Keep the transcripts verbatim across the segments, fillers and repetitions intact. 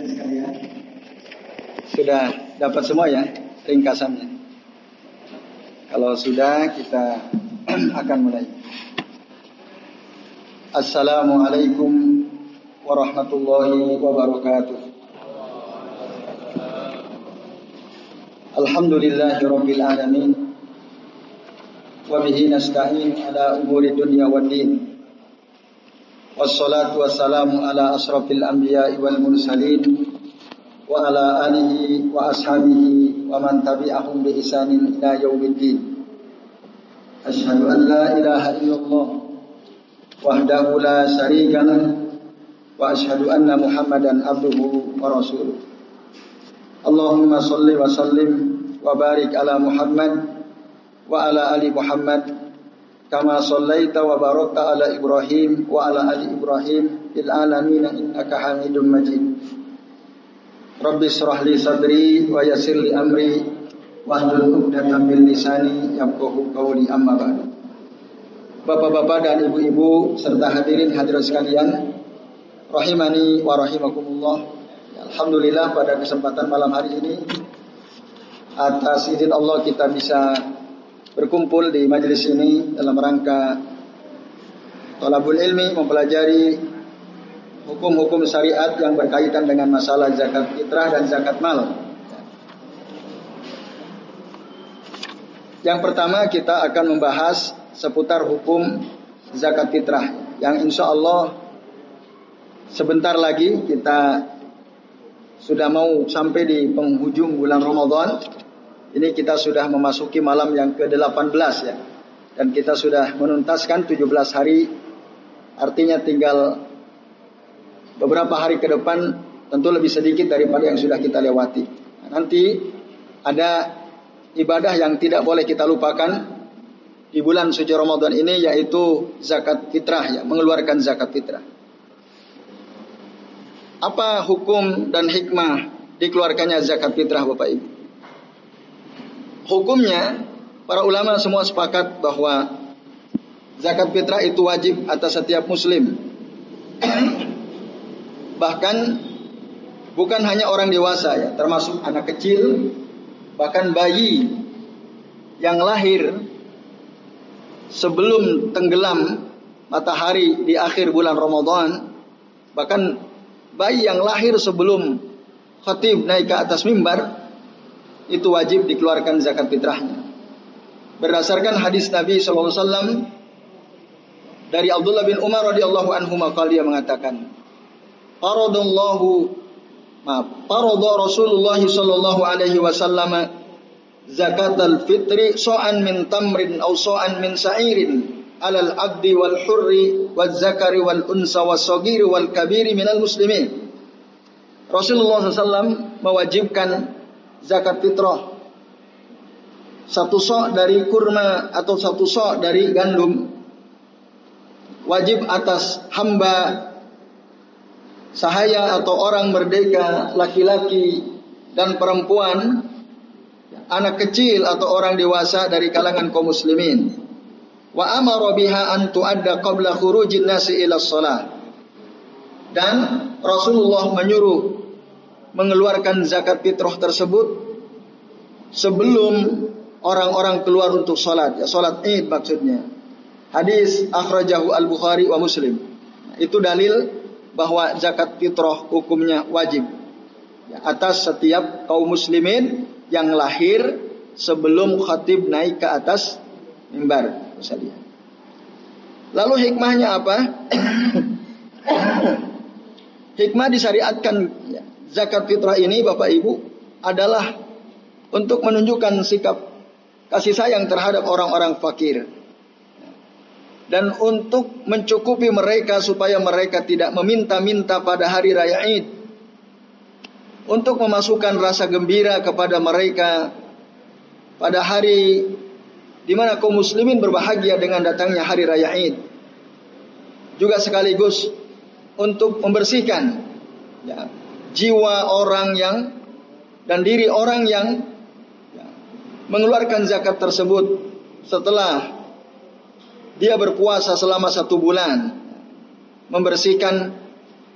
sekalian, sudah dapat semua ya ringkasannya? Kalau sudah, kita akan mulai. Assalamualaikum warahmatullahi wabarakatuh. Alhamdulillahi rabbil alamin. Wa bihi nasta'in ala umuri dunya waddin. Wassalatu wassalamu ala asrafil anbiya'i wal mursalin wa ala alihi wa ashabihi wa man tabi'ahum bi ihsanin ila yaumiddin. Asyhadu an la ilaha illallah wahdahu la syarika lah wa asyhadu anna Muhammadan abduhu wa rasuluh. Allahumma shalli wa sallim wa barik ala Muhammad wa ala ali Muhammad kama shallaita wa barakta ala Ibrahim wa ala ali Ibrahim fil alamin innaka Hamidum Majid. Rabbi shrah li sadri wa yassir li amri wahlul 'uqdatam min lisani yafqahu qawli, amma ba'du. Bapak-bapak dan ibu-ibu serta hadirin hadirat sekalian, rahimani wa rahimakumullah. Alhamdulillah pada kesempatan malam hari ini, atas izin Allah kita bisa berkumpul di majelis ini dalam rangka thalabul ilmi, mempelajari hukum-hukum syariat yang berkaitan dengan masalah zakat fitrah dan zakat mal. Yang pertama kita akan membahas seputar hukum zakat fitrah, yang insya Allah sebentar lagi kita sudah mau sampai di penghujung bulan Ramadan. Ini kita sudah memasuki malam yang ke delapan belas ya. Dan kita sudah menuntaskan tujuh belas hari. Artinya tinggal beberapa hari ke depan, tentu lebih sedikit daripada yang sudah kita lewati. Nah, nanti ada ibadah yang tidak boleh kita lupakan di bulan suci Ramadan ini, yaitu zakat fitrah ya, mengeluarkan zakat fitrah. Apa hukum dan hikmah dikeluarkannya zakat fitrah, Bapak Ibu? Hukumnya, para ulama semua sepakat bahwa zakat fitrah itu wajib atas setiap muslim. Bahkan bukan hanya orang dewasa ya, termasuk anak kecil, bahkan bayi yang lahir sebelum tenggelam matahari di akhir bulan Ramadan, bahkan bayi yang lahir sebelum khatib naik ke atas mimbar, itu wajib dikeluarkan zakat fitrahnya. Berdasarkan hadis Nabi shallallahu alaihi wasallam dari Abdullah bin Umar radhiyallahu anhu, maka dia mengatakan, Faradallahu ma farada Rasulullah sallallahu alaihi wasallam zakatal fitri so'an min tamrin aw so'an min sa'irin alal abdi wal hurri wal zakari wal unsa wal sagiri wal kabiri minal muslimin. Rasulullah sallallahu alaihi wasallam mewajibkan zakat fitrah satu sok dari kurma atau satu sok dari gandum, wajib atas hamba sahaya atau orang merdeka, laki-laki dan perempuan, anak kecil atau orang dewasa dari kalangan kaum muslimin. Wa amara biha an tu'adda qabla khurujin nasi ila shalah. Dan Rasulullah menyuruh mengeluarkan zakat fitrah tersebut sebelum orang-orang keluar untuk salat, ya salat Id maksudnya. Hadis akhrajahu Al-Bukhari wa Muslim. Itu dalil bahwa zakat fitrah hukumnya wajib ya, atas setiap kaum muslimin yang lahir sebelum khatib naik ke atas mimbar. Lalu hikmahnya apa? Hikmah disyariatkan ya, zakat fitrah ini, Bapak Ibu, adalah untuk menunjukkan sikap kasih sayang terhadap orang-orang fakir, dan untuk mencukupi mereka supaya mereka tidak meminta-minta pada hari raya Id, untuk memasukkan rasa gembira kepada mereka pada hari di mana kaum muslimin berbahagia dengan datangnya hari raya Id. Juga sekaligus untuk membersihkan ya, jiwa orang yang dan diri orang yang ya, mengeluarkan zakat tersebut setelah dia berpuasa selama satu bulan, membersihkan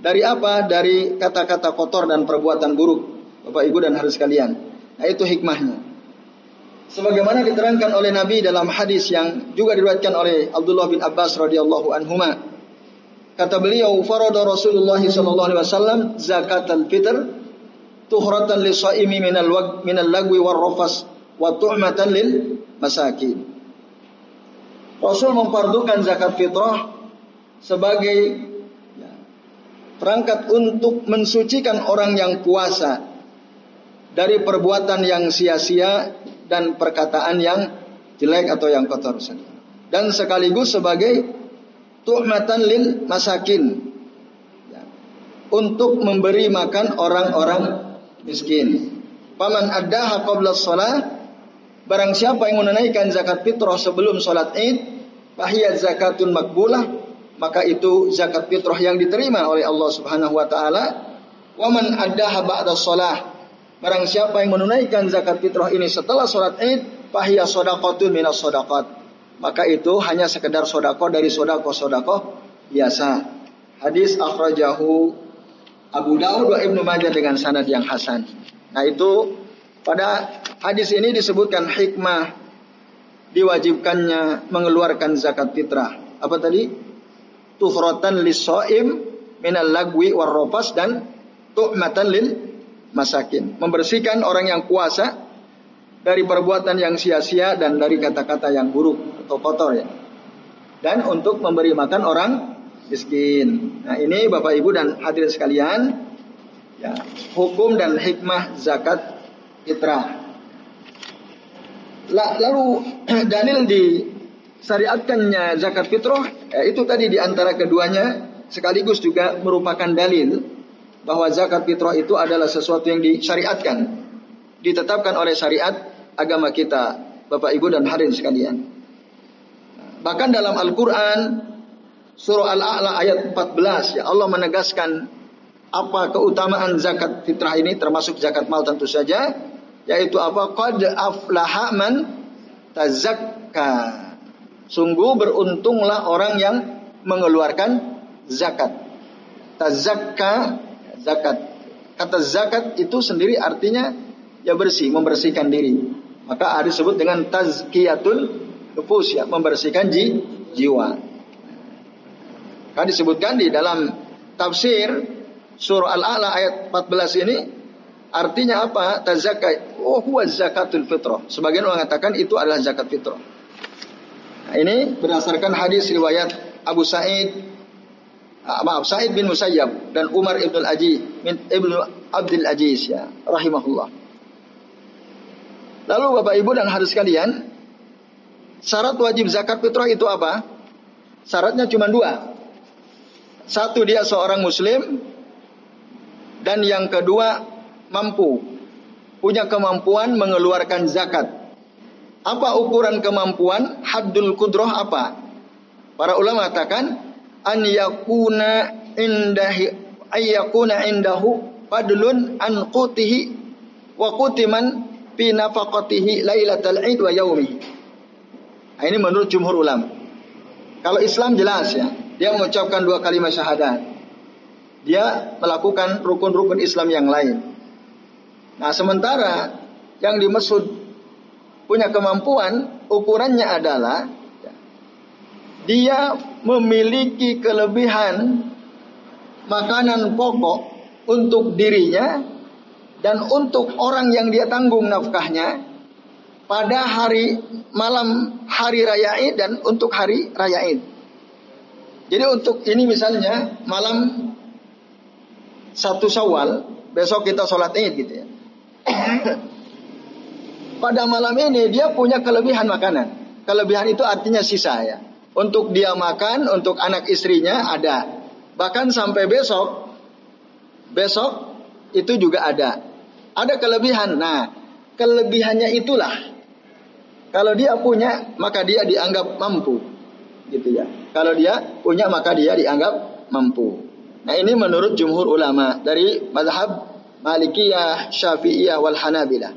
Dari apa? Dari kata-kata kotor dan perbuatan buruk, Bapak Ibu dan hadirin sekalian. Nah, itu hikmahnya. Sebagaimana diterangkan oleh Nabi dalam hadis yang juga diriwayatkan oleh Abdullah bin Abbas radhiyallahu anhuma. Kata beliau, farada Rasulullah sallallahu alaihi wasallam zakatul fitr tuhratan lis-shaimi minal wag minal lagwi war rafas wa tu'matan lil masakin. Rasul memfardukan zakat fitrah sebagai perangkat untuk mensucikan orang yang puasa dari perbuatan yang sia-sia dan perkataan yang jelek atau yang kotor. Dan sekaligus sebagai tu'matan lil masakin, ya, untuk memberi makan orang-orang miskin. Faman addaha qabla shalah, barang siapa yang menunaikan zakat fitrah sebelum salat Id, fahiya zakatun makbulah, maka itu zakat fitrah yang diterima oleh Allah Subhanahu wa taala. Wa man addaha ba'da shalah, barang siapa yang menunaikan zakat fitrah ini setelah salat Id, fahiya shadaqatun minas shadaqat, maka itu hanya sekedar sedekah dari sedekah-sedekah biasa. Hadis akhrajahu Abu Daud wa Ibnu Majah dengan sanad yang hasan. Nah, itu pada hadis ini disebutkan hikmah diwajibkannya mengeluarkan zakat fitrah. Apa tadi? Tuhratan lis-shaim minal lagwi war rafas dan tu'matan lil masakin. Membersihkan orang yang puasa dari perbuatan yang sia-sia dan dari kata-kata yang buruk atau kotor, ya. Dan untuk memberi makan orang miskin. Nah, ini Bapak Ibu dan hadirin sekalian, ya, hukum dan hikmah zakat fitrah. Lalu dalil di syariatkannya zakat fitrah, ya, itu tadi di antara keduanya sekaligus juga merupakan dalil bahwa zakat fitrah itu adalah sesuatu yang disyariatkan, ditetapkan oleh syariat agama kita, Bapak Ibu dan hadirin sekalian. Bahkan dalam Al-Quran surah Al-A'la ayat empat belas, ya, Allah menegaskan apa keutamaan zakat fitrah ini, termasuk zakat mal tentu saja, yaitu apa? Qad aflaha man tazakka. Sungguh beruntunglah orang yang mengeluarkan zakat. Tazakka, zakat. Kata zakat itu sendiri artinya ya bersih, membersihkan diri. Maka ada disebut dengan tazkiyatul nufus, ya, membersihkan ji, jiwa. Kan disebutkan di dalam tafsir surah Al-A'la ayat empat belas ini, artinya apa? Tazakka, oh huwa zakatul fitrah. Sebagian mengatakan itu adalah zakat fitrah. Nah, ini berdasarkan hadis riwayat Abu Sa'id, ah, maaf Sa'id bin Musayyab dan Umar ibn al-Aziz, ibn Abdul Aziz, ya, rahimahullah. Lalu Bapak Ibu dan hadirin sekalian, syarat wajib zakat fitrah itu apa? Syaratnya cuma dua. Satu, dia seorang muslim, dan yang kedua mampu, punya kemampuan mengeluarkan zakat. Apa ukuran kemampuan? Haddul qudrah apa? Para ulama katakan an yakuna indahi ayyakuna indahu fadlun an qutihi wa qutiman fi nafaqatihi lailatal id wa yaumi. Nah, ini menurut jumhur ulama. Kalau Islam jelas, ya, dia mengucapkan dua kalimat syahadat, dia melakukan rukun-rukun Islam yang lain. Nah, sementara yang dimaksud punya kemampuan, ukurannya adalah ya, dia memiliki kelebihan makanan pokok untuk dirinya dan untuk orang yang dia tanggung nafkahnya pada hari malam hari raya Id dan untuk hari raya Id. Jadi untuk ini misalnya malam satu Syawal, besok kita sholat Id gitu, ya. Pada malam ini dia punya kelebihan makanan. Kelebihan itu artinya sisa, ya. Untuk dia makan, untuk anak istrinya ada. Bahkan sampai besok, besok itu juga ada. Ada kelebihan. Nah, kelebihannya itulah, kalau dia punya, maka dia dianggap mampu, gitu, ya. Kalau dia punya, maka dia dianggap mampu. Nah, ini menurut jumhur ulama dari mazhab Malikiyah, Syafi'iyah, wal Hanabilah.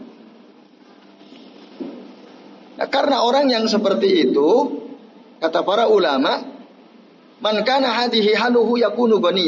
Nah, karena orang yang seperti itu, kata para ulama, man kana hadhihi haluhu yakunu ghaniyan.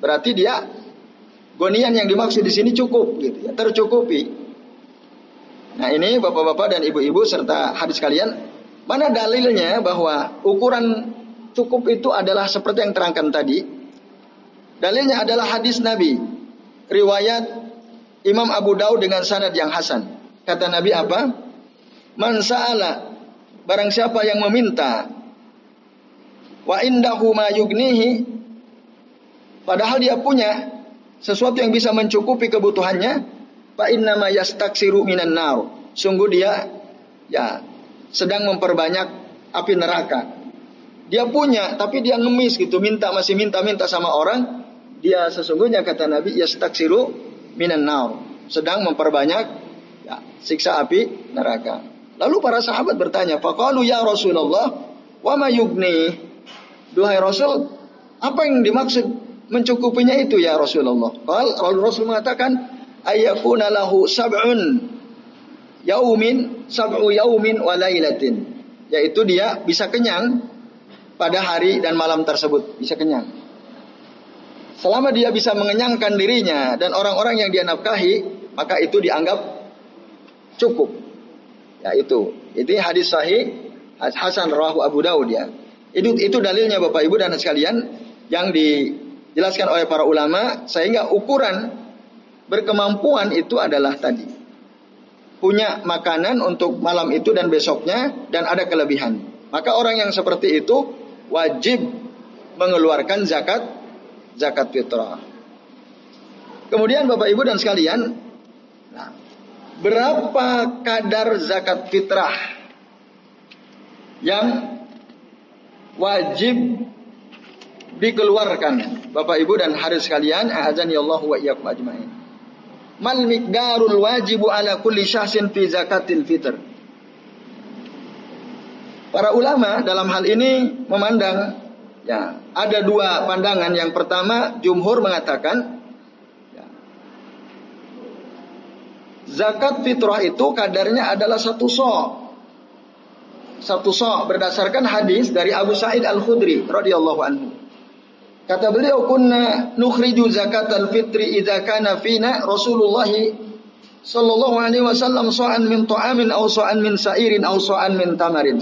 Berarti dia gonian yang dimaksud di sini cukup gitu ya, tercukupi. Nah, ini bapak-bapak dan ibu-ibu serta hadis kalian, mana dalilnya bahwa ukuran cukup itu adalah seperti yang terangkan tadi? Dalilnya adalah hadis Nabi, riwayat Imam Abu Daud dengan sanad yang hasan. Kata Nabi apa? Man sa'ala, barang siapa yang meminta, wa indahu ma yugnihi, padahal dia punya sesuatu yang bisa mencukupi kebutuhannya, fa innama yastaksiru minan nar, sungguh dia ya sedang memperbanyak api neraka. Dia punya tapi dia ngemis gitu, minta masih minta-minta sama orang, dia sesungguhnya kata Nabi yastaksiru minan nar, sedang memperbanyak ya, siksa api neraka. Lalu para sahabat bertanya, faqalu ya Rasulullah wa ma yugni, duhai Rasul, apa yang dimaksud mencukupinya itu ya Rasulullah? Lalu Rasul mengatakan, ayyakuna lahu sab'un yaumin sab'u yaumin wa lailatin, yaitu dia bisa kenyang pada hari dan malam tersebut, bisa kenyang. Selama dia bisa mengenyangkan dirinya dan orang-orang yang dia nafkahi, maka itu dianggap cukup. Ya itu, itu hadis sahih hasan rawahu Abu Daud ya. Itu itu dalilnya Bapak Ibu dan sekalian yang dijelaskan oleh para ulama, sehingga ukuran berkemampuan itu adalah tadi punya makanan untuk malam itu dan besoknya dan ada kelebihan. Maka orang yang seperti itu wajib mengeluarkan zakat zakat fitrah. Kemudian Bapak Ibu dan sekalian, nah, berapa kadar zakat fitrah yang wajib dikeluarkan Bapak Ibu dan hadirin sekalian, a'adzani Allah wa iyyakum ajmain. Mal miqdarul wajibu ala kulli syahsin fi zakatil fitr. Para ulama dalam hal ini memandang ya, ada dua pandangan. Yang pertama, jumhur mengatakan ya, zakat fitrah itu kadarnya adalah satu so'. Satu so' berdasarkan hadis dari Abu Sa'id Al-Khudri radhiyallahu anhu. Kata beliau, kunna nukhriju zakatal fitri idza kana fina Rasulullah sallallahu alaihi wasallam sa'an min ta'amin aw sa'an min sa'irin aw sa'an min tamarin.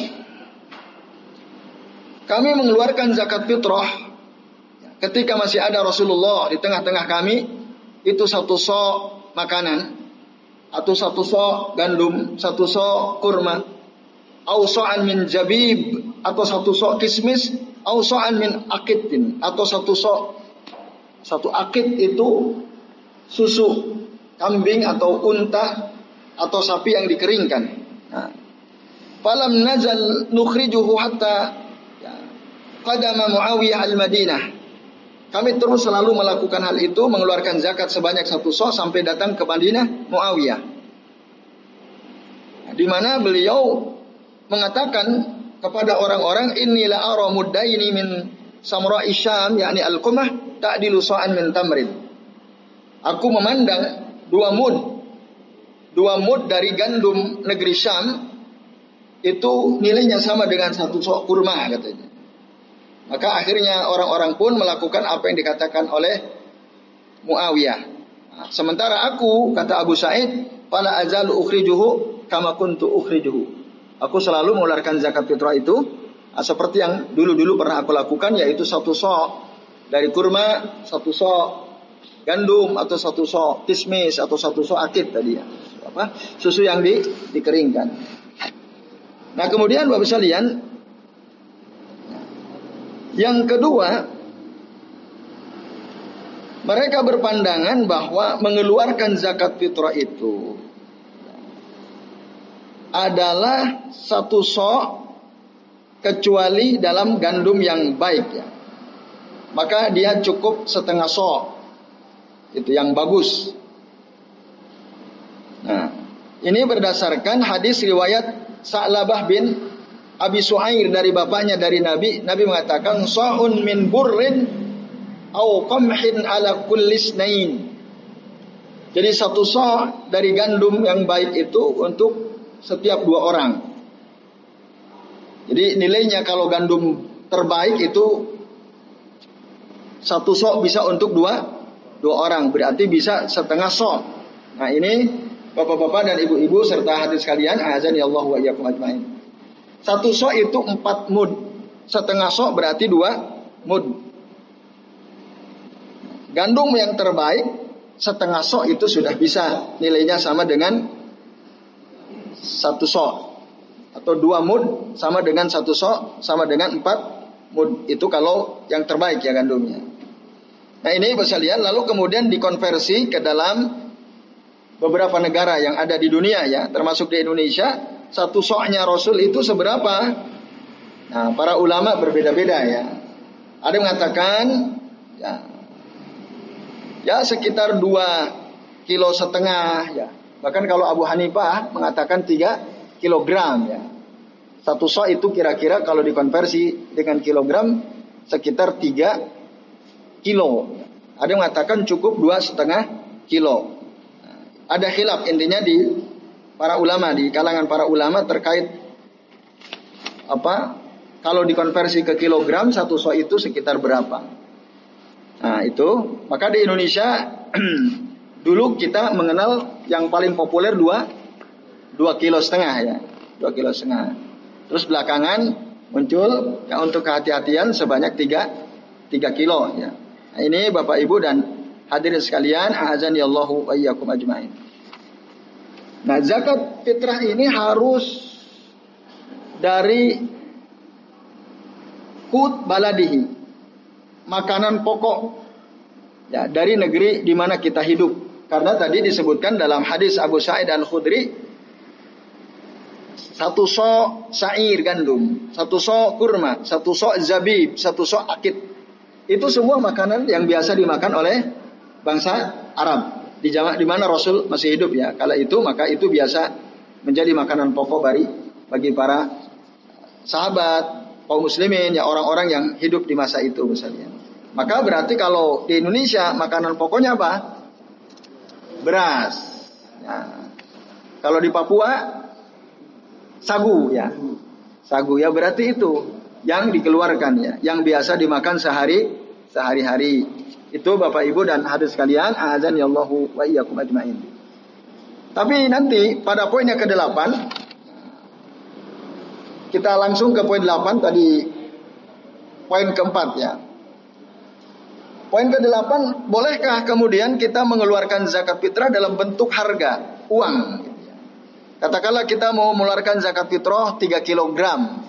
Kami mengeluarkan zakat fitrah ketika masih ada Rasulullah di tengah-tengah kami, itu satu so' makanan atau satu so' gandum, satu so' kurma, aw sa'an min zabib atau satu so' kismis, aw sa'an min akidin atau satu so' satu akid itu susu kambing atau unta atau sapi yang dikeringkan. Nah, falam nazal nukhrijuhu hatta qadama Muawiyah al-Madinah. Kami terus selalu melakukan hal itu, mengeluarkan zakat sebanyak satu so' sampai datang ke Madinah Muawiyah. Nah, di mana beliau mengatakan kepada orang-orang, inni la ara muddaini min samra'i Syam, yakni al-qumah, ta'dilu sa'an min tamrin. Aku memandang dua mud, dua mud dari gandum negeri Syam itu nilainya sama dengan satu so' kurma katanya. Maka akhirnya orang-orang pun melakukan apa yang dikatakan oleh Muawiyah. Nah, sementara aku, kata Abu Sa'id, fala azalu ukhrijuhu kama kuntu ukhrijuhu. Aku selalu mengeluarkan zakat fitrah itu nah, seperti yang dulu-dulu pernah aku lakukan, yaitu satu so' dari kurma, satu so' gandum, atau satu so' kismis, atau satu so' akid tadi ya. Apa? Susu yang di, dikeringkan. Nah kemudian Bapak sekalian, yang kedua, mereka berpandangan bahwa mengeluarkan zakat fitrah itu adalah satu so' kecuali dalam gandum yang baik ya. Maka dia cukup setengah so'. Itu yang bagus. Nah, ini berdasarkan hadis riwayat Sa'labah bin Abi Su'air dari bapaknya dari Nabi. Nabi mengatakan sa'un min burrin au qamhin ala kulli isnain. Jadi satu so' dari gandum yang baik itu untuk setiap dua orang. Jadi nilainya kalau gandum terbaik itu Satu sok bisa untuk dua dua orang, berarti bisa setengah sok. Nah ini bapak-bapak dan ibu-ibu serta hadirin sekalian, azani Allah wa iyyakum ajmain. Satu sok itu empat mud, setengah sok berarti dua mud. Gandum yang terbaik setengah sok itu sudah bisa nilainya sama dengan satu sok, atau dua mud sama dengan satu sok sama dengan empat mud. Itu kalau yang terbaik ya gandumnya. Nah ini bisa lihat, lalu kemudian dikonversi ke dalam beberapa negara yang ada di dunia ya, termasuk di Indonesia. Satu soknya Rasul itu seberapa? Nah para ulama berbeda-beda ya. Ada yang mengatakan ya, ya sekitar dua kilo setengah ya. Bahkan kalau Abu Hanifah mengatakan tiga kilogram ya. Satu sok itu kira-kira kalau dikonversi dengan kilogram sekitar tiga kilo. Ada yang mengatakan cukup dua setengah kilo. Ada khilaf intinya di para ulama, di kalangan para ulama terkait apa kalau dikonversi ke kilogram satu sok itu sekitar berapa. Nah itu, maka di Indonesia dulu kita mengenal yang paling populer dua dua kilo setengah ya, dua kilo setengah. Terus belakangan muncul ya untuk kehati-hatian sebanyak tiga tiga kilo ya. Nah, ini Bapak Ibu dan hadirin sekalian, a'azani Allahu wa iyyakum ajmain. Nah zakat fitrah ini harus dari qut baladihi, makanan pokok ya, dari negeri di mana kita hidup. Karena tadi disebutkan dalam hadis Abu Sa'id Al-Khudri, satu sok sa'ir gandum, satu sok kurma, satu sok zabib, satu sok akid. Itu semua makanan yang biasa dimakan oleh bangsa Arab di zaman di mana Rasul masih hidup ya. Kala itu maka itu biasa menjadi makanan pokok bagi bagi para sahabat, kaum muslimin ya, orang-orang yang hidup di masa itu misalnya. Maka berarti kalau di Indonesia makanan pokoknya apa? Beras. Ya. Kalau di Papua sagu ya. Sagu ya, berarti itu yang dikeluarkan ya, yang biasa dimakan sehari sehari-hari. Itu Bapak Ibu dan hadirin sekalian, azan ya Allahu wa iyyakum ajmain. Tapi nanti pada poinnya kedelapan, kita langsung ke poin delapan tadi, poin keempat ya. Poin kedelapan, bolehkah kemudian kita mengeluarkan zakat fitrah dalam bentuk harga, uang? Katakanlah kita mau mengeluarkan zakat fitrah tiga kilogram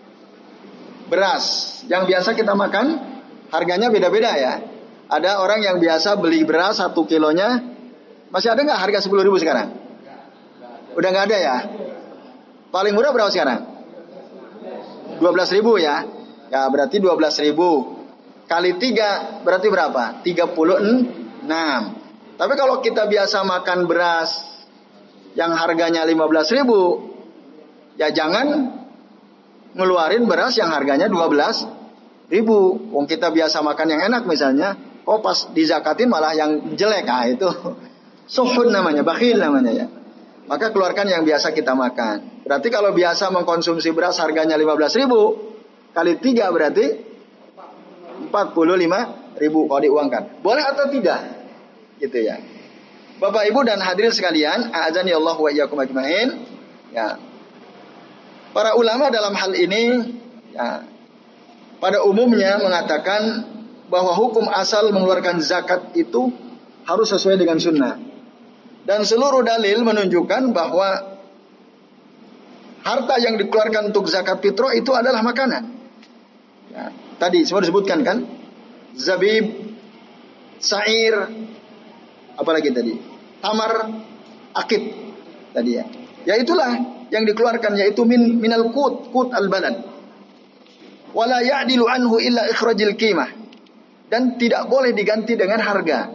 beras yang biasa kita makan, harganya beda-beda ya. Ada orang yang biasa beli beras satu kilonya, masih ada nggak harga sepuluh ribu sekarang? Udah nggak ada ya? Paling murah berapa sekarang? dua belas ribu ya. Ya berarti dua belas ribu kali tiga berarti berapa? tiga puluh enam. Tapi kalau kita biasa makan beras yang harganya lima belas ribu, ya jangan ngeluarin beras yang harganya dua belas ribu. Wong kita biasa makan yang enak misalnya, oh pas dizakatin malah yang jelek, ah itu suhud namanya, bakhil namanya ya. Maka keluarkan yang biasa kita makan. Berarti kalau biasa mengkonsumsi beras harganya lima belas ribu kali tiga berarti empat puluh lima ribu kalau diuangkan. Boleh atau tidak? Gitu ya. Bapak Ibu dan hadirin sekalian, a'azani Allah wa iyyakum ajmain. Ya. Para ulama dalam hal ini ya, pada umumnya mengatakan bahwa hukum asal mengeluarkan zakat itu harus sesuai dengan sunnah. Dan seluruh dalil menunjukkan bahwa harta yang dikeluarkan untuk zakat fitrah itu adalah makanan. Ya, tadi semua disebutkan kan? Zabib, sa'ir, apalagi tadi? Tamar, akid tadi ya. Ya itulah yang dikeluarkan, yaitu min minal qut, qut al-balad. Wala ya'dilu anhu illa ikhrajil qimah. Dan tidak boleh diganti dengan harga.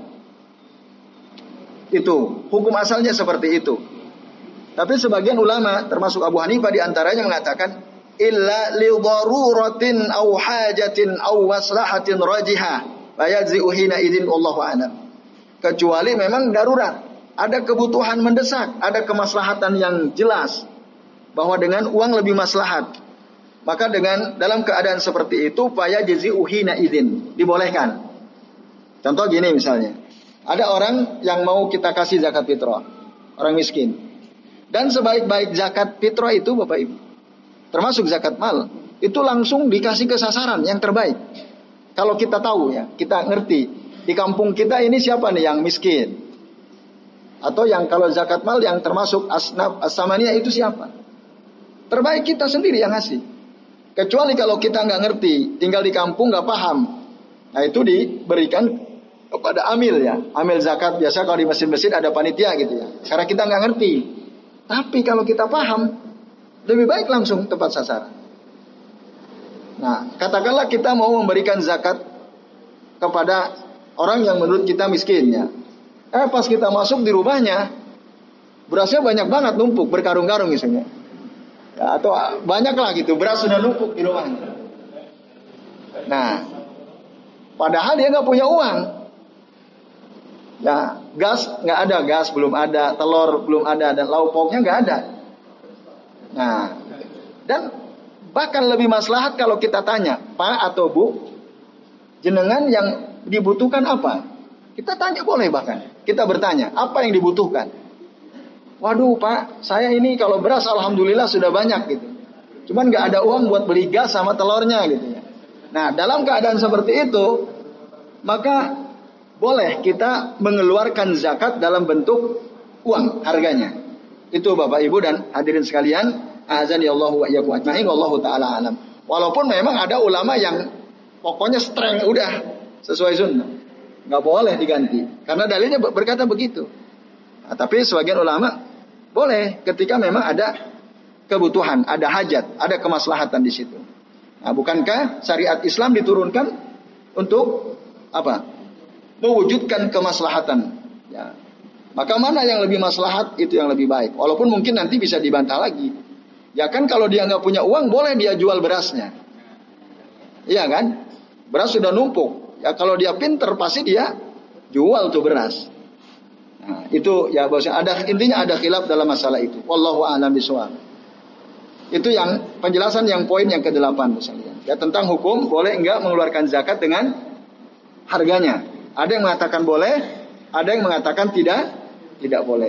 Itu hukum asalnya seperti itu. Tapi sebagian ulama termasuk Abu Hanifah di antaranya mengatakan illa li daruratin aw hajatin aw maslahatin rajihah la yajzi'u hina idzin wallahu a'lam. Kecuali memang darurat, ada kebutuhan mendesak, ada kemaslahatan yang jelas bahwa dengan uang lebih maslahat. Maka dengan dalam keadaan seperti itu faya jazi'u hina idzin, dibolehkan. Contoh gini misalnya, ada orang yang mau kita kasih zakat fitrah, orang miskin. Dan sebaik-baik zakat fitrah itu Bapak Ibu, termasuk zakat mal, itu langsung dikasih ke sasaran yang terbaik. Kalau kita tahu ya, kita ngerti di kampung kita ini siapa nih yang miskin, atau yang kalau zakat mal yang termasuk asnaf as-samaniyah itu siapa? Terbaik kita sendiri yang ngasih. Kecuali kalau kita nggak ngerti, tinggal di kampung nggak paham, nah itu diberikan kepada amil ya, amil zakat. Biasa kalau di masjid-masjid ada panitia gitu ya. Karena kita nggak ngerti. Tapi kalau kita paham, lebih baik langsung tepat sasaran. Nah, katakanlah kita mau memberikan zakat kepada orang yang menurut kita miskin ya. Eh pas kita masuk di rumahnya, berasnya banyak banget numpuk berkarung-karung misalnya. Ya, atau banyak lah gitu, beras sudah numpuk di rumahnya. Nah, padahal dia nggak punya uang. Ya, gas nggak ada, gas belum ada, telur belum ada, dan lauk pauknya nggak ada. Nah, dan bahkan lebih maslahat kalau kita tanya, Pak atau Bu, jenengan yang dibutuhkan apa? Kita tanya boleh bahkan. Kita bertanya, apa yang dibutuhkan? Waduh Pak, saya ini kalau beras alhamdulillah sudah banyak gitu. Cuman nggak ada uang buat beli gas sama telurnya gitu ya. Nah, dalam keadaan seperti itu, maka boleh kita mengeluarkan zakat dalam bentuk uang harganya. Itu Bapak Ibu dan hadirin sekalian, azan ya Allah wa iyyakum ajmain, wallahu taala alam. Walaupun memang ada ulama yang pokoknya streng udah sesuai sunnah, nggak boleh diganti karena dalilnya berkata begitu. Nah, tapi sebagian ulama boleh ketika memang ada kebutuhan, ada hajat, ada kemaslahatan di situ. Nah, bukankah syariat Islam diturunkan untuk apa? Mewujudkan kemaslahatan. Ya. Maka mana yang lebih maslahat itu yang lebih baik. Walaupun mungkin nanti bisa dibantah lagi. Ya kan kalau dia nggak punya uang boleh dia jual berasnya. Iya kan? Beras sudah numpuk. Ya kalau dia pinter pasti dia jual tuh beras. Nah, itu ya bosnya ada intinya ada khilaf dalam masalah itu. Wallahu a'lam bishawab. Itu yang penjelasan yang poin yang kedelapan misalnya. Ya tentang hukum boleh enggak mengeluarkan zakat dengan harganya. Ada yang mengatakan boleh, ada yang mengatakan tidak, tidak boleh.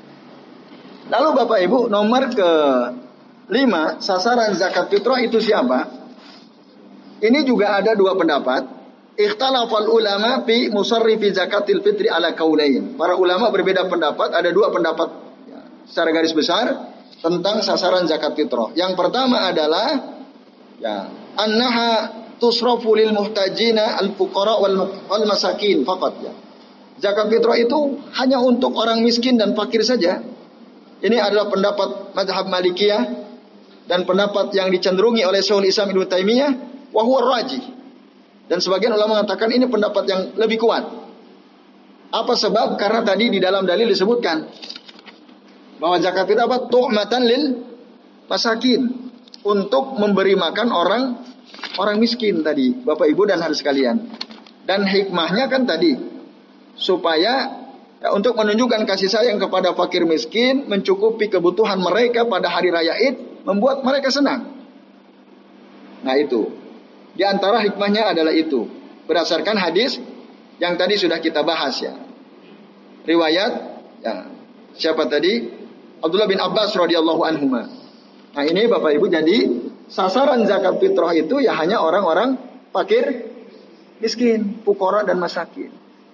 Lalu Bapak Ibu nomor ke lima, sasaran zakat fitrah itu siapa? Ini juga ada dua pendapat. Ikhtalafal ulama fi musarrifi zakatil fitri ala kaulain. Para ulama berbeda pendapat, ada dua pendapat ya, secara garis besar tentang sasaran zakat fitrah. Yang pertama adalah ya, annaha tusrafu lil muhtajina al fuqara wal, wal masakin faqat ya. Zakat fitrah itu hanya untuk orang miskin dan fakir saja. Ini adalah pendapat mazhab Malikiyah dan pendapat yang dicenderungi oleh Syekhul Islam Ibnu Taimiyah wa huwa rajih. Dan sebagian ulama mengatakan ini pendapat yang lebih kuat. Apa sebab? Karena tadi di dalam dalil disebutkan bahwa zakat fitrah apa? Tu'matan lil masakin, untuk memberi makan orang orang miskin tadi, Bapak Ibu dan hadirin sekalian. Dan hikmahnya kan tadi supaya ya, untuk menunjukkan kasih sayang kepada fakir miskin, mencukupi kebutuhan mereka pada hari raya Id, membuat mereka senang. Nah itu. Di antara hikmahnya adalah itu. Berdasarkan hadis yang tadi sudah kita bahas ya. Riwayat ya, siapa tadi? Abdullah bin Abbas radhiyallahu anhuma. Nah ini Bapak Ibu, jadi sasaran zakat fitrah itu ya hanya orang-orang fakir, miskin, fuqara dan masakin.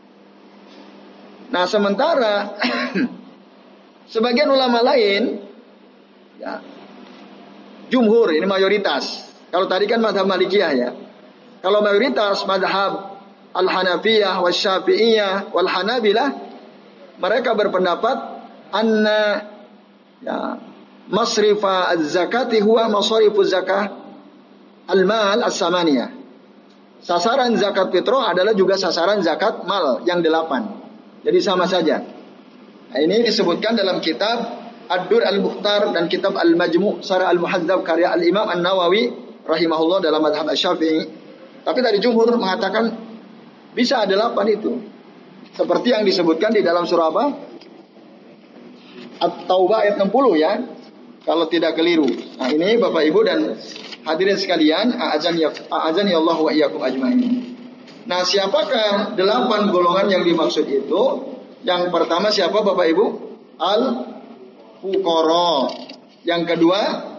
Nah sementara sebagian ulama lain ya, jumhur ini mayoritas. Kalau tadi kan mazhab Malikiyah ya. Kalau mayoritas mazhab Al-Hanafiyah wal Syafi'iyah wal Hanabilah, mereka berpendapat anna ya masrifa az-zakati huwa masarifu zakah al-mal as-samaniyah. Sasaran zakat fitrah adalah juga sasaran zakat mal yang delapan. Jadi sama saja. Nah, ini disebutkan dalam kitab Ad-Dur al-Mukhtar dan kitab Al-Majmu' Syarah al-Muhadzab karya Al-Imam An-Nawawi rahimahullah dalam mazhab Asy-Syafi'i. Tapi dari jumhur mengatakan bisa delapan itu. Seperti yang disebutkan di dalam surah apa? At-Taubah ayat enam puluh ya. Kalau tidak keliru. Nah, ini Bapak Ibu dan hadirin sekalian, a'azani Allah wa iyyakum ajmain. Nah, siapakah delapan golongan yang dimaksud itu? Yang pertama siapa Bapak Ibu? Al-fuqara. Yang kedua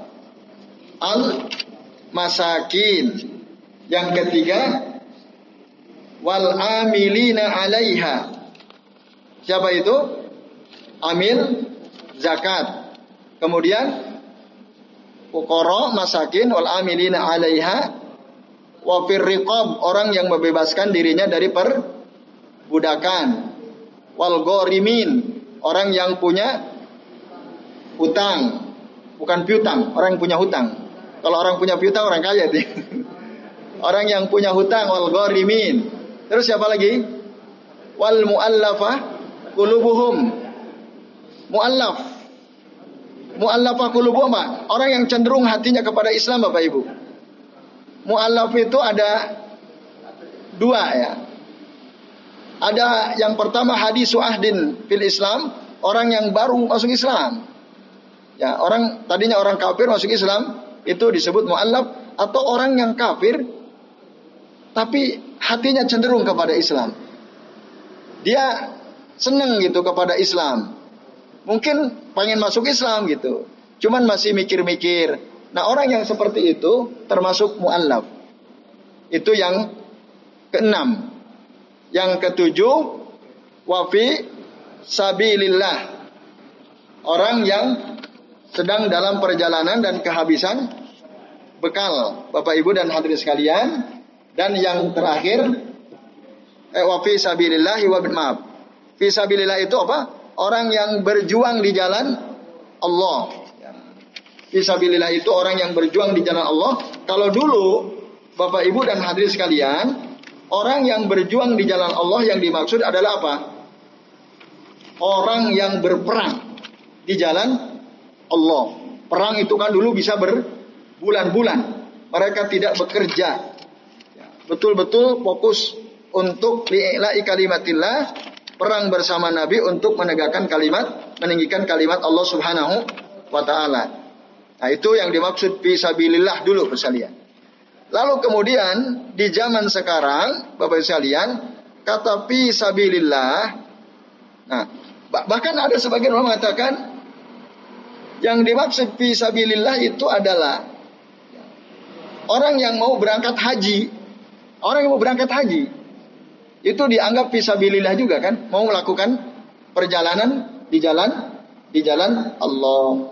al-masakin. Yang ketiga wal amilina 'alaiha. Siapa itu? Amil zakat. Kemudian fuqara, masakin, wal amilina 'alaiha. Wa fir riqab, orang yang membebaskan dirinya dari perbudakan. Wal gharimin, orang yang punya hutang, bukan piutang, orang yang punya hutang. Kalau orang punya piutang orang kaya tuh. Orang yang punya hutang, wal gharimin. Terus siapa lagi? Wal muallafah qulubuhum. Muallaf. Muallafah qulubuhum, orang yang cenderung hatinya kepada Islam, Bapak Ibu. Mu'allaf itu ada dua ya. Ada yang pertama hadisu ahdin fil Islam, orang yang baru masuk Islam. Ya, orang tadinya orang kafir masuk Islam, itu disebut mu'allaf. Atau orang yang kafir tapi hatinya cenderung kepada Islam. Dia senang gitu kepada Islam. Mungkin pengen masuk Islam gitu. Cuman masih mikir-mikir. Nah, orang yang seperti itu termasuk mu'allaf. Itu yang keenam. Yang ketujuh, wafi sabilillah. Orang yang sedang dalam perjalanan dan kehabisan bekal, Bapak Ibu dan hadirin sekalian. Dan yang terakhir, eh, wafi sabilillah wa maaf. Fi sabilillah itu apa? Orang yang berjuang di jalan Allah. Fisabilillah itu orang yang berjuang di jalan Allah. Kalau dulu Bapak Ibu dan hadirin sekalian, orang yang berjuang di jalan Allah yang dimaksud adalah apa? Orang yang berperang di jalan Allah. Perang itu kan dulu bisa berbulan-bulan. Mereka tidak bekerja. Betul-betul fokus untuk li'ila'i kalimatillah, perang bersama Nabi untuk menegakkan kalimat, meninggikan kalimat Allah Subhanahu wa taala. Nah, itu yang dimaksud fisabilillah dulu sekalian. Lalu kemudian di zaman sekarang Bapak sekalian, kata fisabilillah. Nah, bahkan ada sebagian orang mengatakan yang dimaksud fisabilillah itu adalah orang yang mau berangkat haji. Orang yang mau berangkat haji itu dianggap fisabilillah juga kan, mau melakukan perjalanan di jalan di jalan Allah.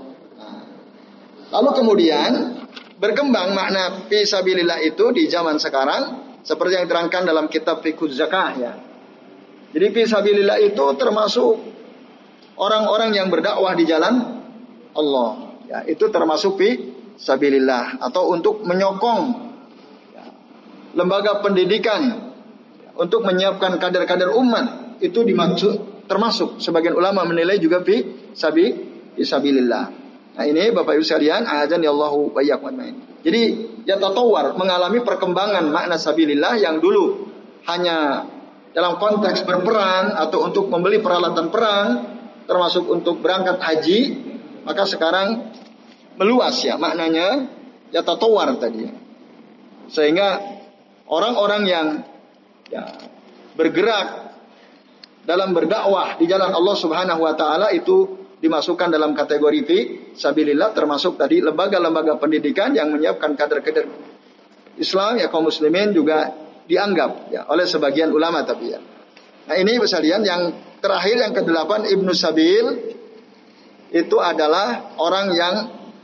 Lalu kemudian berkembang makna fisabilillah itu di zaman sekarang seperti yang diterangkan dalam kitab Fiqh Zakah ya. Jadi fisabilillah itu termasuk orang-orang yang berdakwah di jalan Allah. Ya, itu termasuk fisabilillah atau untuk menyokong ya, lembaga pendidikan ya, untuk menyiapkan kader-kader umat itu dimaksud termasuk sebagian ulama menilai juga fisabilillah. Nah, ini Bapak Ibu sekalian, azani Allahu wa iyyakum ajmain. Jadi ya tatawar mengalami perkembangan makna sabilillah yang dulu hanya dalam konteks berperang atau untuk membeli peralatan perang, termasuk untuk berangkat haji, maka sekarang meluas ya maknanya ya tatawar tadi. Sehingga orang-orang yang ya, bergerak dalam berdakwah di jalan Allah Subhanahu wa taala itu dimasukkan dalam kategori fisabilillah, termasuk tadi lembaga-lembaga pendidikan yang menyiapkan kader-kader Islam ya kaum muslimin juga dianggap ya oleh sebagian ulama tapi ya. Nah, ini sekalian yang terakhir yang kedelapan Ibnu Sabil itu adalah orang yang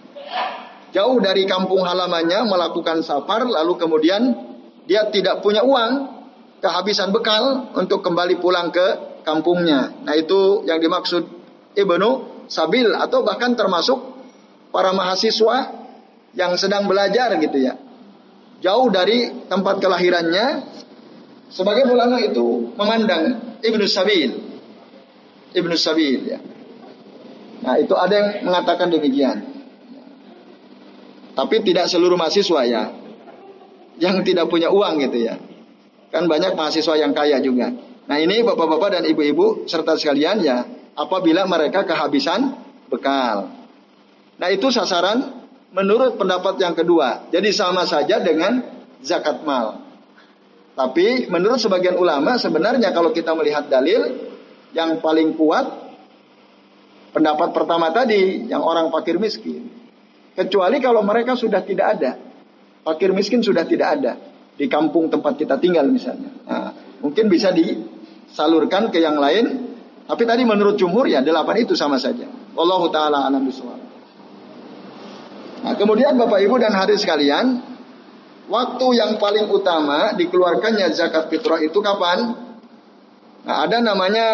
jauh dari kampung halamannya melakukan safar lalu kemudian dia tidak punya uang, kehabisan bekal untuk kembali pulang ke kampungnya. Nah, itu yang dimaksud Ibnu Sabil atau bahkan termasuk para mahasiswa yang sedang belajar gitu ya. Jauh dari tempat kelahirannya. Sebagian ulama itu memandang Ibnu Sabil. Ibnu Sabil ya. Nah, itu ada yang mengatakan demikian. Tapi tidak seluruh mahasiswa ya. Yang tidak punya uang gitu ya. Kan banyak mahasiswa yang kaya juga. Nah, ini bapak-bapak dan ibu-ibu serta sekalian ya, apabila mereka kehabisan bekal. Nah, itu sasaran menurut pendapat yang kedua. Jadi sama saja dengan zakat mal. Tapi menurut sebagian ulama sebenarnya kalau kita melihat dalil yang paling kuat pendapat pertama tadi yang orang fakir miskin. Kecuali kalau mereka sudah tidak ada. Fakir miskin sudah tidak ada di kampung tempat kita tinggal misalnya. Nah, mungkin bisa disalurkan ke yang lain. Tapi tadi menurut jumhur ya delapan itu sama saja. Wallahu taala alam bishawab. Nah, kemudian Bapak Ibu dan hadirin sekalian, waktu yang paling utama dikeluarkannya zakat fitrah itu kapan? Nah, ada namanya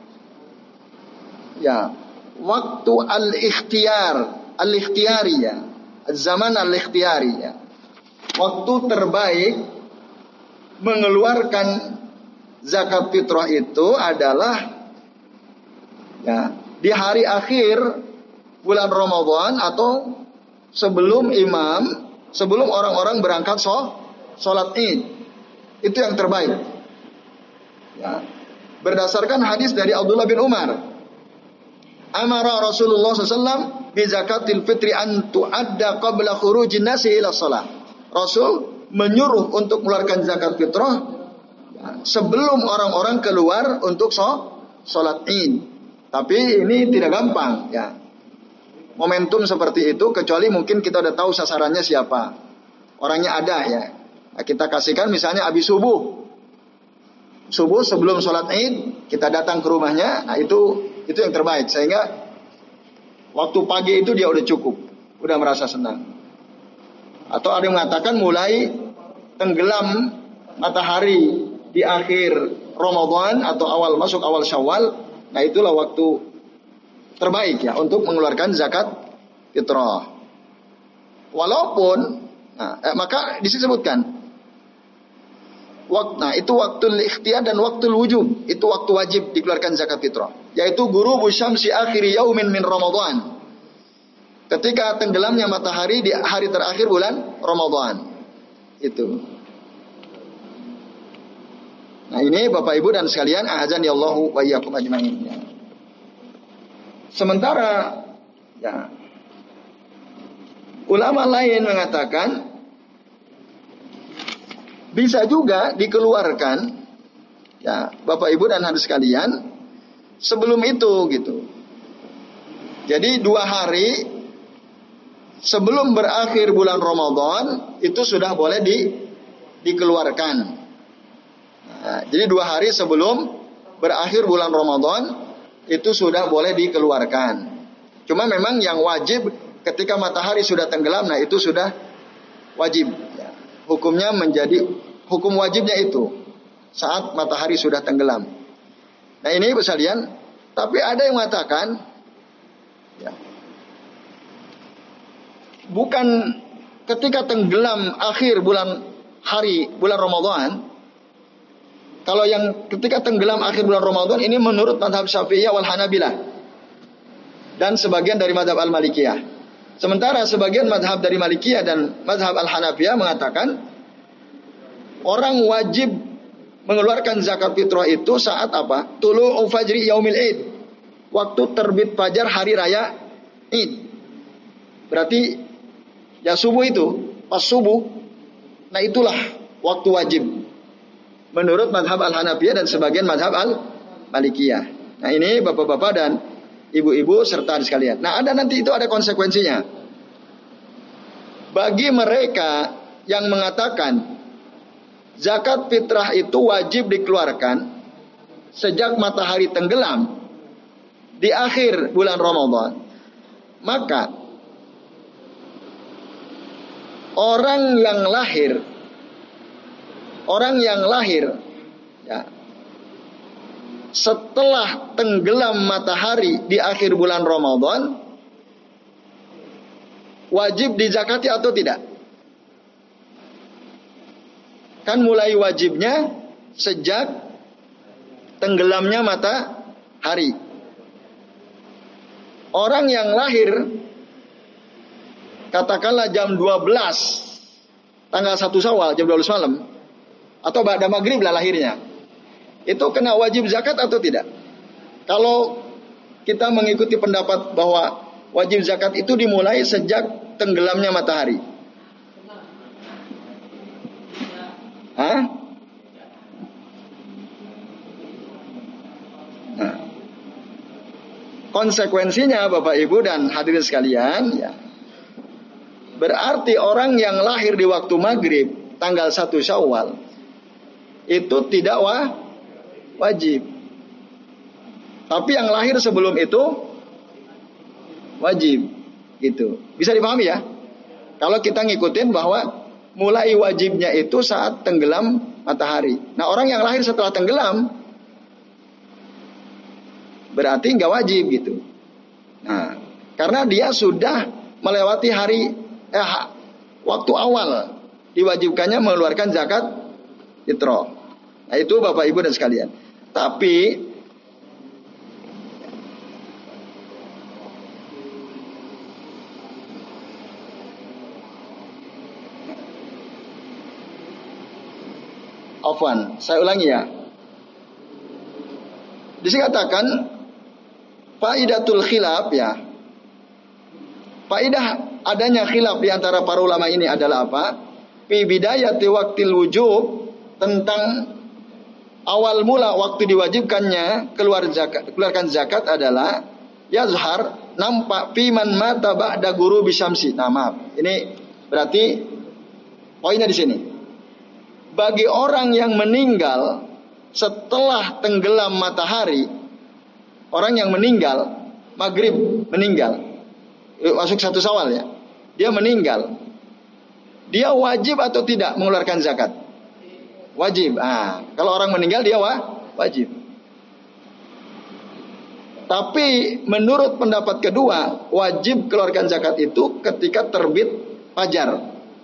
ya waktu al-ikhtiyar, al-ikhtiyariyah, zaman al-ikhtiyariyah. Waktu terbaik mengeluarkan zakat fitrah itu adalah ya di hari akhir bulan Ramadan atau sebelum imam, sebelum orang-orang berangkat sholat Id. Itu yang terbaik. Ya. Berdasarkan hadis dari Abdullah bin Umar, amara Rasulullah sallallahu alaihi wasallam bi zakatil fitri an tu'adda qabla khurujin nasi ila shalah. Rasul menyuruh untuk mengeluarkan zakat fitrah ya, sebelum orang-orang keluar untuk sholat Id. Tapi ini tidak gampang ya. Momentum seperti itu kecuali mungkin kita udah tahu sasarannya siapa. Orangnya ada ya. Nah, kita kasihkan misalnya habis subuh. Subuh sebelum sholat Id kita datang ke rumahnya. Nah itu itu yang terbaik. Sehingga waktu pagi itu dia udah cukup. Udah merasa senang. Atau ada yang mengatakan mulai tenggelam matahari di akhir Ramadan atau awal masuk awal Syawal. Nah itulah waktu terbaik ya untuk mengeluarkan zakat fitrah. Walaupun nah, eh, maka disebutkan waktu, nah itu waktu ikhtiyar dan waktu wujub, itu waktu wajib dikeluarkan zakat fitrah, yaitu ghurubu syamsi akhiri yaumin min Ramadan. Ketika tenggelamnya matahari di hari terakhir bulan Ramadan. Itu. Nah, ini Bapak Ibu dan sekalian, a'azani Allahu wa iyyakum ajmain. Ya. Sementara ya, ulama lain mengatakan bisa juga dikeluarkan ya Bapak Ibu dan hadirin sekalian sebelum itu gitu. Jadi dua hari sebelum berakhir bulan Ramadan itu sudah boleh di, dikeluarkan. Nah, jadi dua hari sebelum berakhir bulan Ramadan itu sudah boleh dikeluarkan. Cuma memang yang wajib ketika matahari sudah tenggelam, nah itu sudah wajib. Ya. Hukumnya menjadi hukum wajibnya itu saat matahari sudah tenggelam. Nah ini Ibu sekalian, tapi ada yang mengatakan, ya, bukan ketika tenggelam akhir bulan hari bulan Ramadan. Kalau yang ketika tenggelam akhir bulan Ramadan ini menurut mazhab Syafi'iyah wal Hanabilah dan sebagian dari mazhab Al-Malikiyah. Sementara sebagian mazhab dari Malikiyah dan mazhab Al-Hanafiyah mengatakan orang wajib mengeluarkan zakat fitrah itu saat apa? Tulu'u fajri yaumil Id. Waktu terbit fajar hari raya Id. Berarti ya subuh itu, pas subuh. Nah itulah waktu wajib menurut mazhab Al-Hanafiyah dan sebagian mazhab Al-Malikiyah. Nah ini bapak-bapak dan ibu-ibu serta sekalian. Nah ada nanti itu ada konsekuensinya. Bagi mereka yang mengatakan zakat fitrah itu wajib dikeluarkan sejak matahari tenggelam di akhir bulan Ramadan, maka orang yang lahir Orang yang lahir ya, setelah tenggelam matahari di akhir bulan Ramadan wajib dizakati atau tidak? Kan mulai wajibnya sejak tenggelamnya matahari. Orang yang lahir katakanlah jam dua belas tanggal satu Syawal jam dua belas malam atau ba'da maghrib lah lahirnya, itu kena wajib zakat atau tidak? Kalau kita mengikuti pendapat bahwa wajib zakat itu dimulai sejak tenggelamnya matahari. Hah? konsekuensinya Bapak Ibu dan hadirin sekalian, ya, berarti orang yang lahir di waktu maghrib tanggal satu Syawal itu tidak wa, wajib. Tapi yang lahir sebelum itu wajib. Gitu. Bisa dipahami ya? Kalau kita ngikutin bahwa mulai wajibnya itu saat tenggelam matahari. Nah, orang yang lahir setelah tenggelam berarti nggak wajib gitu. Nah, karena dia sudah melewati hari eh, waktu awal diwajibkannya mengeluarkan zakat fitrah. Nah, itu Bapak Ibu dan sekalian. Tapi Afwan, saya ulangi ya. Dikatakan faidatul khilaf ya. Faidah adanya khilaf di antara para ulama ini adalah apa? Fi bidayati waqtil wujub, tentang awal mula waktu diwajibkannya keluar zakat, keluarkan zakat adalah yazhar, nampak fiman mata ba'da ghurubi syamsi. Nah, maaf. Ini berarti poinnya di sini. Bagi orang yang meninggal setelah tenggelam matahari, orang yang meninggal maghrib meninggal, masuk satu Syawal ya, dia meninggal, dia wajib atau tidak mengeluarkan zakat? Wajib. Ah, kalau orang meninggal dia wa, wajib. Tapi menurut pendapat kedua, wajib keluarkan zakat itu ketika terbit fajar,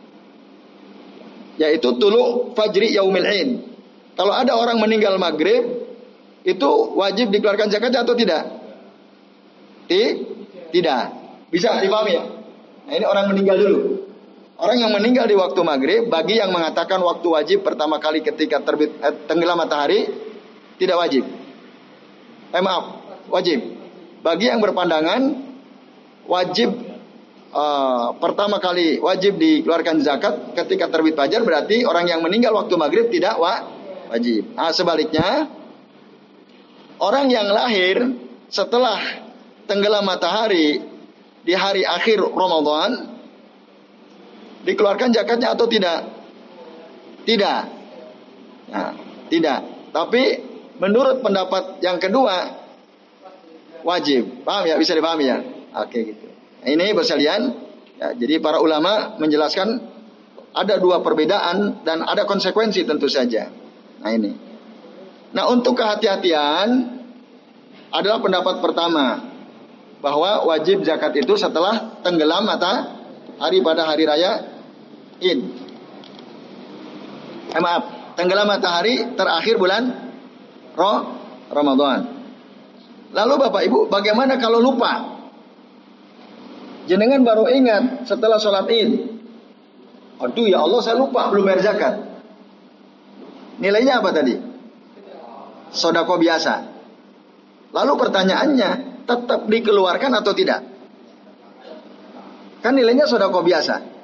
yaitu tulu fajri yaumil id. Kalau ada orang meninggal maghrib, itu wajib dikeluarkan zakatnya atau tidak? Tidak. Bisa dipahami ya? Nah, ini orang meninggal dulu. Orang yang meninggal di waktu maghrib, bagi yang mengatakan waktu wajib pertama kali ketika terbit eh, tenggelam matahari, tidak wajib. Eh maaf, wajib. Bagi yang berpandangan wajib uh, pertama kali wajib dikeluarkan zakat ketika terbit fajar, berarti orang yang meninggal waktu maghrib tidak wa, wajib. Nah, sebaliknya, orang yang lahir setelah tenggelam matahari di hari akhir Ramadan, dikeluarkan zakatnya atau tidak? Tidak. Nah, tidak. Tapi menurut pendapat yang kedua, wajib. Paham ya? Bisa dipahami ya? Oke gitu. Nah, ini bersalian. Ya, jadi para ulama menjelaskan ada dua perbedaan dan ada konsekuensi tentu saja. Nah ini. Nah, untuk kehati-hatian adalah pendapat pertama, bahwa wajib zakat itu setelah tenggelam matahari pada hari raya Id. Eh, maaf, tenggelam matahari terakhir bulan Roh Ramadan. Lalu Bapak Ibu, bagaimana kalau lupa? Jenengan baru ingat setelah sholat Id. Aduh ya Allah, saya lupa belum bayar zakat. Nilainya apa tadi? Sodako biasa. Lalu pertanyaannya, tetap dikeluarkan atau tidak? Kan nilainya sodako biasa.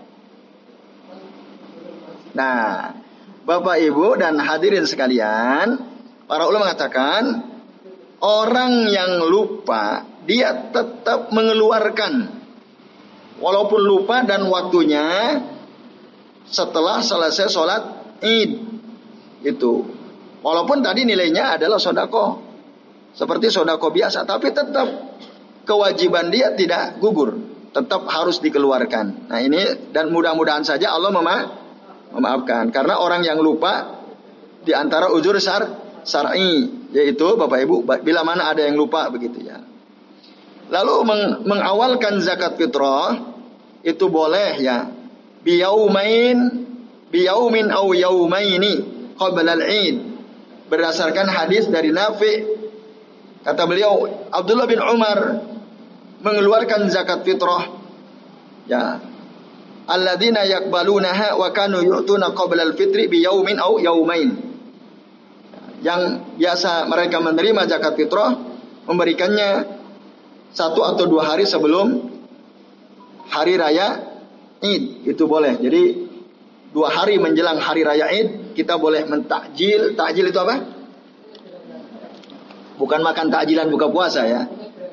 Nah, Bapak Ibu dan hadirin sekalian, para ulama mengatakan orang yang lupa dia tetap mengeluarkan, walaupun lupa dan waktunya setelah selesai sholat Id itu. Walaupun tadi nilainya adalah sodako, seperti sodako biasa, tapi tetap kewajiban dia tidak gugur, tetap harus dikeluarkan. Nah ini, dan mudah-mudahan saja Allah mema- memaafkan, karena orang yang lupa di antara uzur syar syar'i, yaitu Bapak Ibu, bila mana ada yang lupa begitu ya. Lalu meng- mengawalkan zakat fitrah itu boleh ya, biyaumain biyaumin au yaumaini qabla al-Id, berdasarkan hadis dari Nafi. Kata beliau, Abdullah bin Umar mengeluarkan zakat fitrah ya, alladzina yaqbalunaha wa kanu yu'tuna qabla al-fitri bi yaumin au yaumain, yang biasa mereka menerima zakat fitrah memberikannya satu atau dua hari sebelum hari raya Id, itu boleh. Jadi dua hari menjelang hari raya Id kita boleh mentakjil. Takjil itu apa? Bukan makan takjilan buka puasa ya.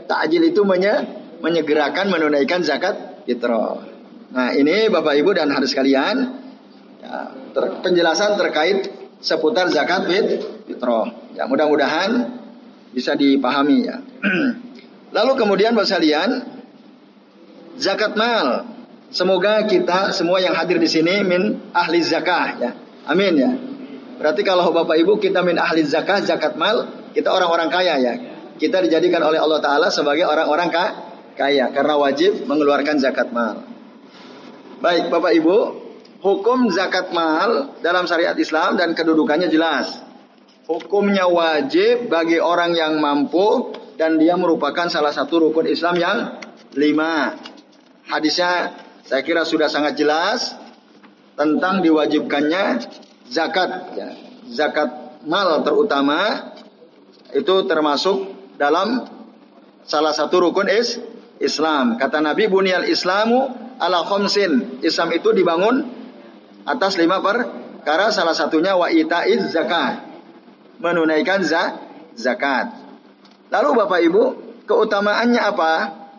ta'jil itu menye, menyegerakan menunaikan zakat fitrah. Nah, ini Bapak Ibu dan hadirin sekalian, ya, ter, penjelasan terkait seputar zakat fitrah. Ya, mudah-mudahan bisa dipahami ya. Lalu kemudian Bapak sekalian, zakat mal. Semoga kita semua yang hadir di sini min ahli zakah ya. Amin ya. Berarti kalau Bapak Ibu kita min ahli zakah, zakat mal, kita orang-orang kaya ya. Kita dijadikan oleh Allah Ta'ala sebagai orang-orang kaya karena wajib mengeluarkan zakat mal. Baik Bapak Ibu, hukum zakat mal dalam syariat Islam dan kedudukannya jelas. Hukumnya wajib bagi orang yang mampu dan dia merupakan salah satu rukun Islam yang lima. Hadisnya saya kira sudah sangat jelas tentang diwajibkannya zakat. Ya. Zakat mal terutama itu termasuk dalam salah satu rukun is Islam. Kata Nabi, bunyal Islamu ala khamsin. Islam itu dibangun atas lima perkara, salah satunya wa ita'iz zakah, menunaikan za, zakat. Lalu Bapak Ibu, keutamaannya apa?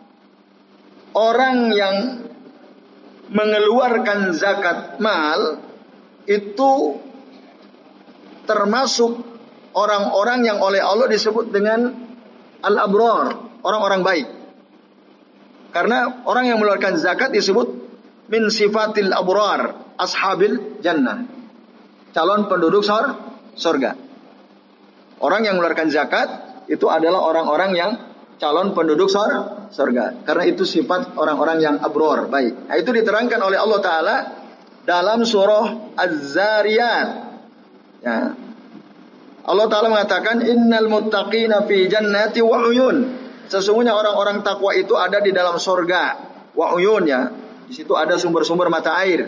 Orang yang mengeluarkan zakat mal itu termasuk orang-orang yang oleh Allah disebut dengan al-abrar, orang-orang baik. Karena orang yang mengeluarkan zakat disebut min sifatil abrar, ashabil jannah, calon penduduk sor, sorga. Orang yang mengeluarkan zakat itu adalah orang-orang yang calon penduduk sor, sorga. Karena itu sifat orang-orang yang abrar, baik. Nah, itu diterangkan oleh Allah Ta'ala dalam surah Az-Zariyat. Ya. Allah Ta'ala mengatakan, innal muttaqina fi jannati wa uyun. Sesungguhnya orang-orang takwa itu ada di dalam sorga. Wa uyun ya. Di situ ada sumber-sumber mata air.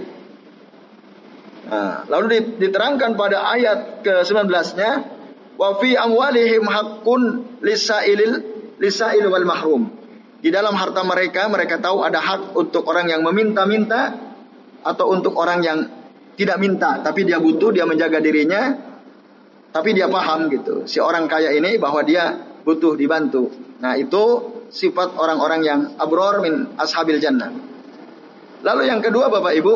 Nah, lalu diterangkan pada ayat ke sembilan belas-nya, wa fi amwalihim haqqun lisailil lisail wal mahrum. Di dalam harta mereka, mereka tahu ada hak untuk orang yang meminta-minta atau untuk orang yang tidak minta, tapi dia butuh, dia menjaga dirinya, tapi dia paham gitu. Si orang kaya ini bahwa dia butuh dibantu. Nah, itu sifat orang-orang yang abror min ashabil jannah. Lalu yang kedua Bapak Ibu,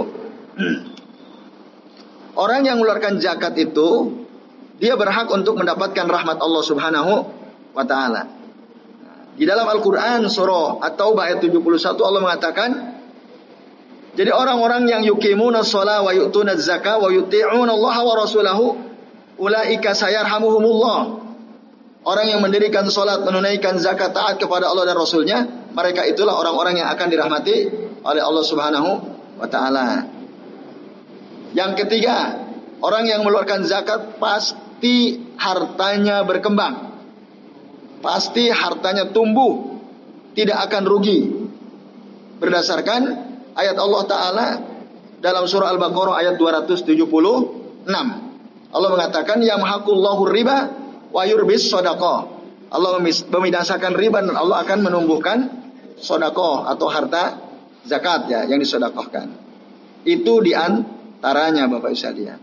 orang yang mengeluarkan zakat itu dia berhak untuk mendapatkan rahmat Allah Subhanahu wa taala. Di dalam Al-Qur'an surah At-Taubah ayat tujuh puluh satu Allah mengatakan, jadi orang-orang yang yuqimuna shalah wa yu'tuna zakah wa yuti'una Allah wa rasulahu ulaika sayarhamuhumullah. Orang yang mendirikan salat, menunaikan zakat, taat kepada Allah dan Rasulnya, mereka itulah orang-orang yang akan dirahmati oleh Allah Subhanahu wa taala. Yang ketiga, orang yang mengeluarkan zakat pasti hartanya berkembang. Pasti hartanya tumbuh, tidak akan rugi. Berdasarkan ayat Allah Ta'ala dalam surah Al-Baqarah ayat dua ratus tujuh puluh enam. Allah mengatakan, yamhaqullahu riba wa yurbis shadaqah. Allah membinasakan riba dan Allah akan menumbuhkan sedekah atau harta zakat ya yang disedekahkan. Itu di antaranya Bapak Ibu sekalian.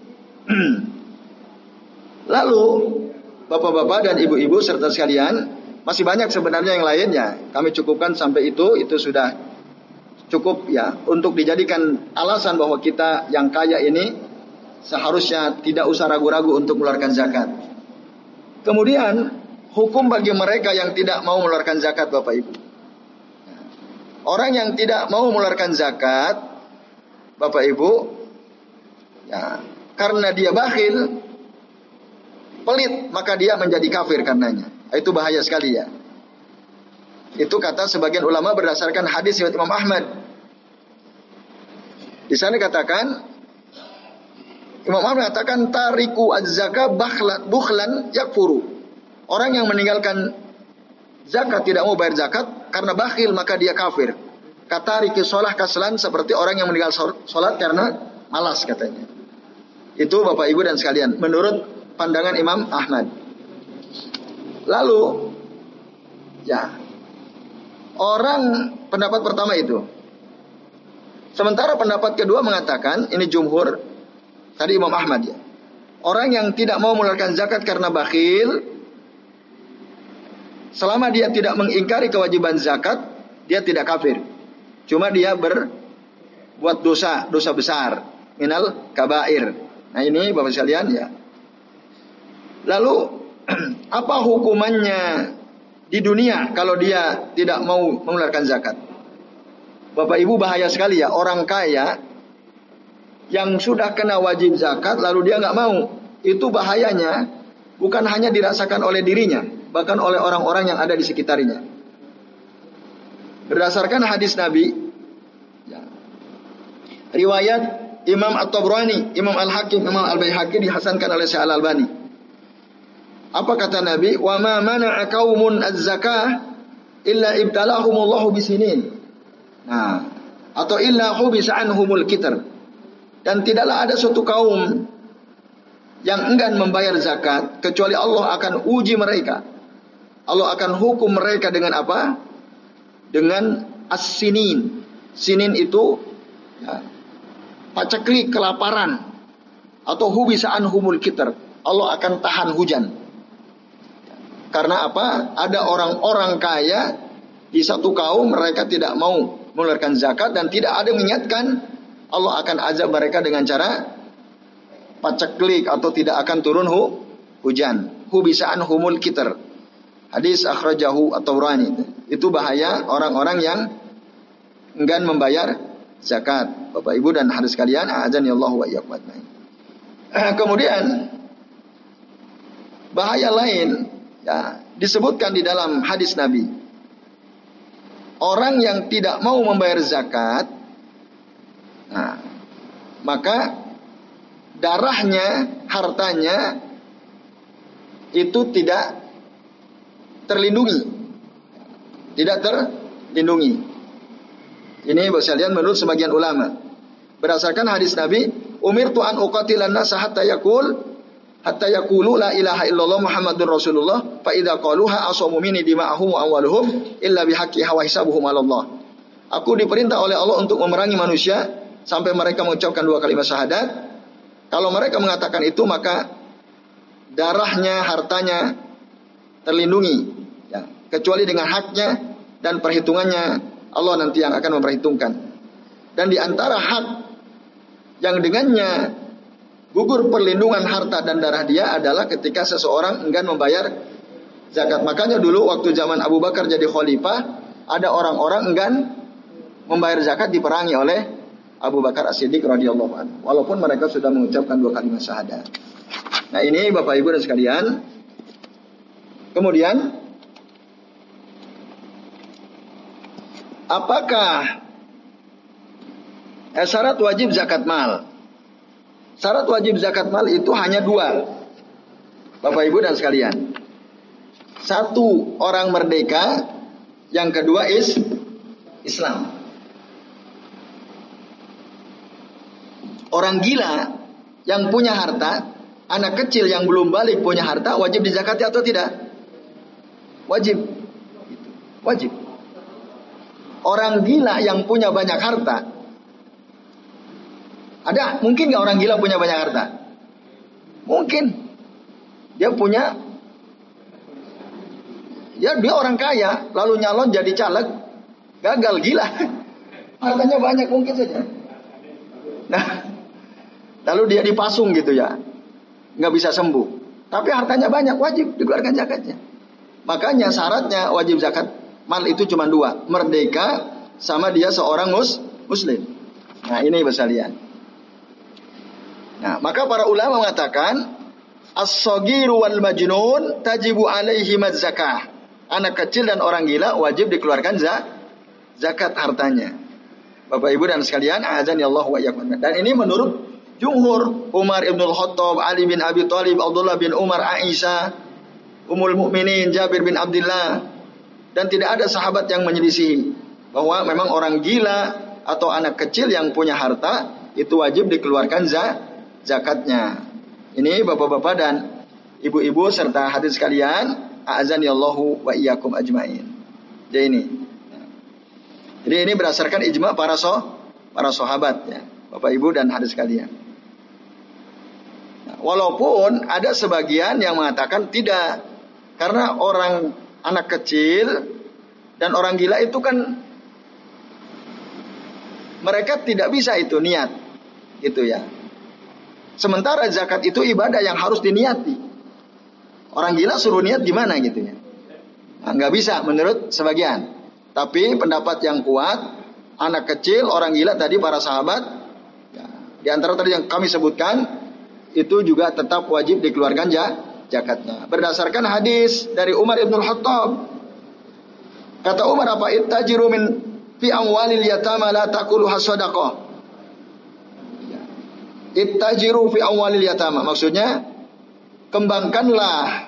Lalu Bapak-bapak dan ibu-ibu serta sekalian, masih banyak sebenarnya yang lainnya. Kami cukupkan sampai itu, itu sudah cukup ya untuk dijadikan alasan bahwa kita yang kaya ini seharusnya tidak usah ragu-ragu untuk mengeluarkan zakat. Kemudian hukum bagi mereka yang tidak mau mengeluarkan zakat Bapak Ibu. Orang yang tidak mau mengeluarkan zakat Bapak Ibu ya, karena dia bakhil, pelit, maka dia menjadi kafir karenanya. Itu bahaya sekali ya. Itu kata sebagian ulama berdasarkan hadis riwayat Imam Ahmad. Di sana katakan, Imam Ahmad mengatakan tariku az-zakah bakhlan bukhlan yakfuru. Orang yang meninggalkan zakat, tidak mau bayar zakat karena bakhil, maka dia kafir. Kata riki sholah kaslan, seperti orang yang meninggal sholat karena malas katanya. Itu Bapak Ibu dan sekalian menurut pandangan Imam Ahmad. Lalu ya, orang pendapat pertama itu. Sementara pendapat kedua mengatakan, ini jumhur, tadi Imam Ahmad ya, orang yang tidak mau mengeluarkan zakat karena bakhil, selama dia tidak mengingkari kewajiban zakat, dia tidak kafir. Cuma dia berbuat dosa, dosa besar, minal kabair. Nah ini Bapak sekalian ya. Lalu apa hukumannya di dunia kalau dia tidak mau mengeluarkan zakat? Bapak Ibu, bahaya sekali ya, orang kaya yang sudah kena wajib zakat lalu dia nggak mau. Itu bahayanya bukan hanya dirasakan oleh dirinya, bahkan oleh orang-orang yang ada di sekitarnya. Berdasarkan hadis Nabi ya, riwayat Imam At-Tabrani, Imam Al-Hakim, Imam Al-Baihaqi, dihasankan oleh Syekh Al-Albani. Apa kata Nabi? Wa ma mana'a qaumun az-zakah illa ibtalahumullahu bisinin. Nah, atau illa hubisa anhumul kitr. Dan tidaklah ada suatu kaum yang enggan membayar zakat kecuali Allah akan uji mereka. Allah akan hukum mereka dengan apa? Dengan as-sinin. Sinin itu ya, paceklik, kelaparan, atau hubisa anhumul kitr. Allah akan tahan hujan. Karena apa? Ada orang-orang kaya di satu kaum, mereka tidak mau mengeluarkan zakat dan tidak ada mengingatkan. Allah akan azab mereka dengan cara paceklik atau tidak akan turun hu, hujan. Hubisa'an humul kitr. Hadis akhrajahu at-Tabrani. Itu bahaya orang-orang yang enggan membayar zakat. Bapak Ibu dan hadis sekalian, a'adzani Allah wa iyyakum ajmain. Kemudian bahaya lain ya, disebutkan di dalam hadis Nabi. Orang yang tidak mau membayar zakat, nah, maka darahnya, hartanya itu tidak terlindungi. Tidak terlindungi. Ini Bapak sekalian menurut sebagian ulama. Berdasarkan hadis Nabi, umirtu an uqatilan nasa hatta yaqul hatta yaqulu la ilaha illallah Muhammadur Rasulullah fa idza qaluha asamu minni dima'ahum wa amwaluhum illa bihaqqiha wa hisabuhum 'ala Allah. Aku diperintah oleh Allah untuk memerangi manusia sampai mereka mengucapkan dua kalimat syahadat. Kalau mereka mengatakan itu, maka darahnya, hartanya terlindungi ya, kecuali dengan haknya dan perhitungannya Allah nanti yang akan memperhitungkan. Dan di antara hak yang dengannya gugur perlindungan harta dan darah dia adalah ketika seseorang enggan membayar zakat. Makanya dulu waktu zaman Abu Bakar jadi khalifah, ada orang-orang enggan membayar zakat, diperangi oleh Abu Bakar As-Siddiq radhiyallahu anhu, walaupun mereka sudah mengucapkan dua kalimat syahadat. Nah ini Bapak Ibu dan sekalian. Kemudian, apakah eh, syarat wajib zakat mal? Syarat wajib zakat mal itu hanya dua, Bapak Ibu dan sekalian. Satu, orang merdeka. Yang kedua is Islam. Orang gila yang punya harta, anak kecil yang belum balik punya harta, wajib dizakati atau tidak? Wajib. Wajib. Orang gila yang punya banyak harta, ada mungkin nggak orang gila punya banyak harta? Mungkin. Dia punya, ya dia orang kaya, lalu nyalon jadi caleg, gagal, gila. Hartanya banyak mungkin saja. Nah, lalu dia dipasung gitu ya, nggak bisa sembuh. Tapi hartanya banyak, wajib dikeluarkan zakatnya. Makanya syaratnya wajib zakat mal itu cuma dua, merdeka sama dia seorang mus muslim. Nah ini besalian. Nah maka para ulama mengatakan as-saghiru wal majnun tajibu alaihi zakah. Anak kecil dan orang gila wajib dikeluarkan zakat hartanya. Bapak Ibu dan sekalian, azani Allah wa iyyakum. Dan ini menurut jumhur, Umar ibn al-Khattab, Ali bin Abi Thalib, Abdullah bin Umar, Aisyah, Ummul Mukminin, Jabir bin Abdullah, dan tidak ada sahabat yang menyelisihi bahwa memang orang gila atau anak kecil yang punya harta itu wajib dikeluarkan zakatnya. Ini bapak-bapak dan ibu-ibu serta hadirin sekalian, a'azani Allahu wa iyyakum ajmain. Jadi ini. Jadi ini berdasarkan ijma para so, para sahabat ya, Bapak Ibu dan hadirin sekalian. Nah, walaupun ada sebagian yang mengatakan tidak, karena orang anak kecil dan orang gila itu kan mereka tidak bisa itu niat, gitu ya. Sementara zakat itu ibadah yang harus diniati. Orang gila suruh niat gimana gitu ya? Nah, nggak bisa menurut sebagian. Tapi pendapat yang kuat, anak kecil, orang gila tadi para sahabat, ya, di antara tadi yang kami sebutkan, itu juga tetap wajib dikeluarkan zakatnya. Berdasarkan hadis dari Umar ibn Khattab. Kata Umar apa? Ittajiru min fi amwalil yatama la taqulu hasadaqah. Ittajiru fi amwalil yatama. Maksudnya, kembangkanlah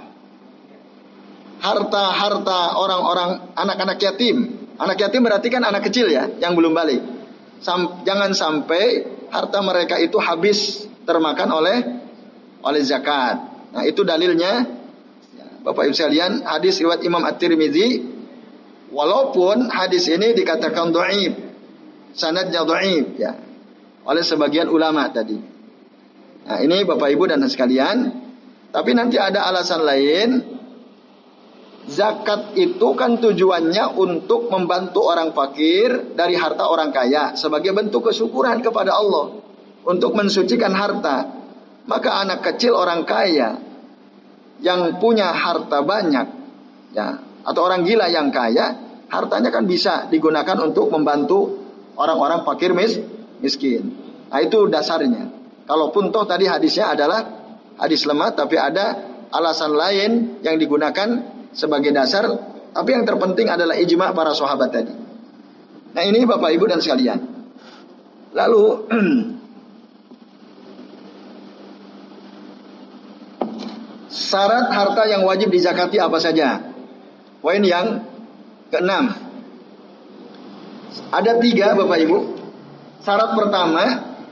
harta-harta orang-orang anak-anak yatim. Anak yatim berarti kan anak kecil ya, yang belum balik. Sam, jangan sampai harta mereka itu habis termakan oleh oleh zakat. Nah, itu dalilnya, Bapak Ibu sekalian, hadis riwayat Imam At-Tirmidzi. Walaupun hadis ini dikatakan dhaif, sanadnya dhaif ya, oleh sebagian ulama tadi. Nah, ini Bapak Ibu dan sekalian, tapi nanti ada alasan lain. Zakat itu kan tujuannya untuk membantu orang fakir dari harta orang kaya sebagai bentuk kesyukuran kepada Allah, untuk mensucikan harta. Maka anak kecil orang kaya yang punya harta banyak ya, atau orang gila yang kaya, hartanya kan bisa digunakan untuk membantu orang-orang fakir mis, miskin. Nah, itu dasarnya. Kalaupun toh tadi hadisnya adalah hadis lemah, tapi ada alasan lain yang digunakan sebagai dasar, tapi yang terpenting adalah ijma' para sahabat tadi. Nah, ini Bapak Ibu dan sekalian. Lalu syarat harta yang wajib dizakati apa saja? Poin yang keenam. Ada tiga Bapak Ibu. Syarat pertama,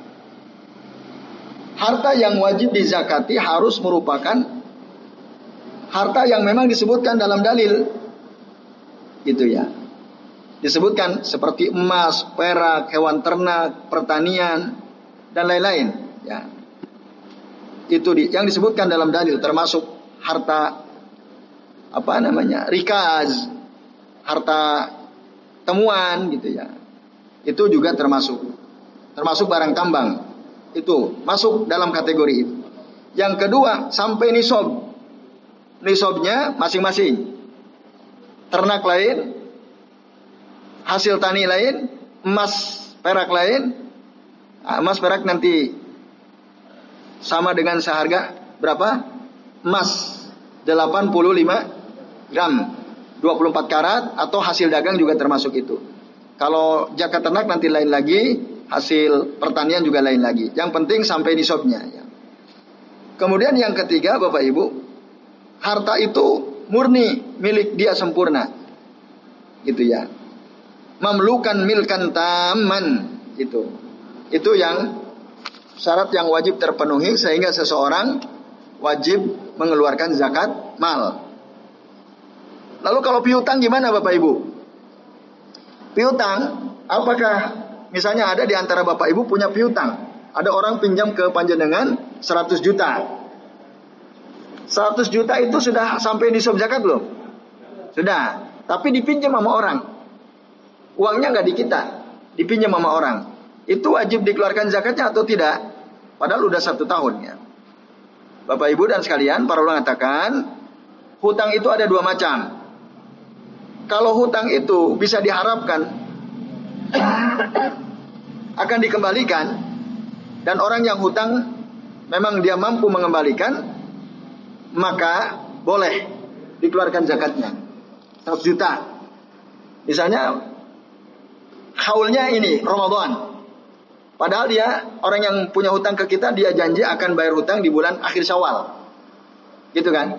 harta yang wajib dizakati harus merupakan harta yang memang disebutkan dalam dalil, gitu ya. Disebutkan seperti emas, perak, hewan ternak, pertanian, dan lain-lain. Ya. Itu di, yang disebutkan dalam dalil, termasuk harta apa namanya, rikaz, harta temuan, gitu ya. Itu juga termasuk, termasuk barang tambang. Itu masuk dalam kategori itu. Yang kedua, sampai nisab. Nisabnya masing-masing. Ternak lain, hasil tani lain, emas perak lain. Emas perak nanti sama dengan seharga berapa? Emas delapan puluh lima gram, dua puluh empat karat, atau hasil dagang juga termasuk itu. Kalau zakat ternak nanti lain lagi, hasil pertanian juga lain lagi. Yang penting sampai nisabnya ya. Kemudian yang ketiga Bapak Ibu, harta itu murni milik dia sempurna, gitu ya. Mamlukan milkan taman, itu. Itu yang syarat yang wajib terpenuhi sehingga seseorang wajib mengeluarkan zakat mal. Lalu kalau piutang gimana Bapak Ibu? Piutang, apakah misalnya ada di antara Bapak Ibu punya piutang? Ada orang pinjam ke panjenengan seratus juta. seratus juta itu sudah sampai nisab zakat belum? Sudah. Tapi dipinjam sama orang. Uangnya nggak di kita, dipinjam sama orang. Itu wajib dikeluarkan zakatnya atau tidak? Padahal udah satu tahun ya. Bapak Ibu dan sekalian, para ulama mengatakan hutang itu ada dua macam. Kalau hutang itu bisa diharapkan akan dikembalikan, dan orang yang hutang memang dia mampu mengembalikan, maka boleh dikeluarkan zakatnya seratus juta. Misalnya haulnya ini Ramadan, padahal dia orang yang punya hutang ke kita, dia janji akan bayar hutang di bulan akhir Syawal, gitu kan.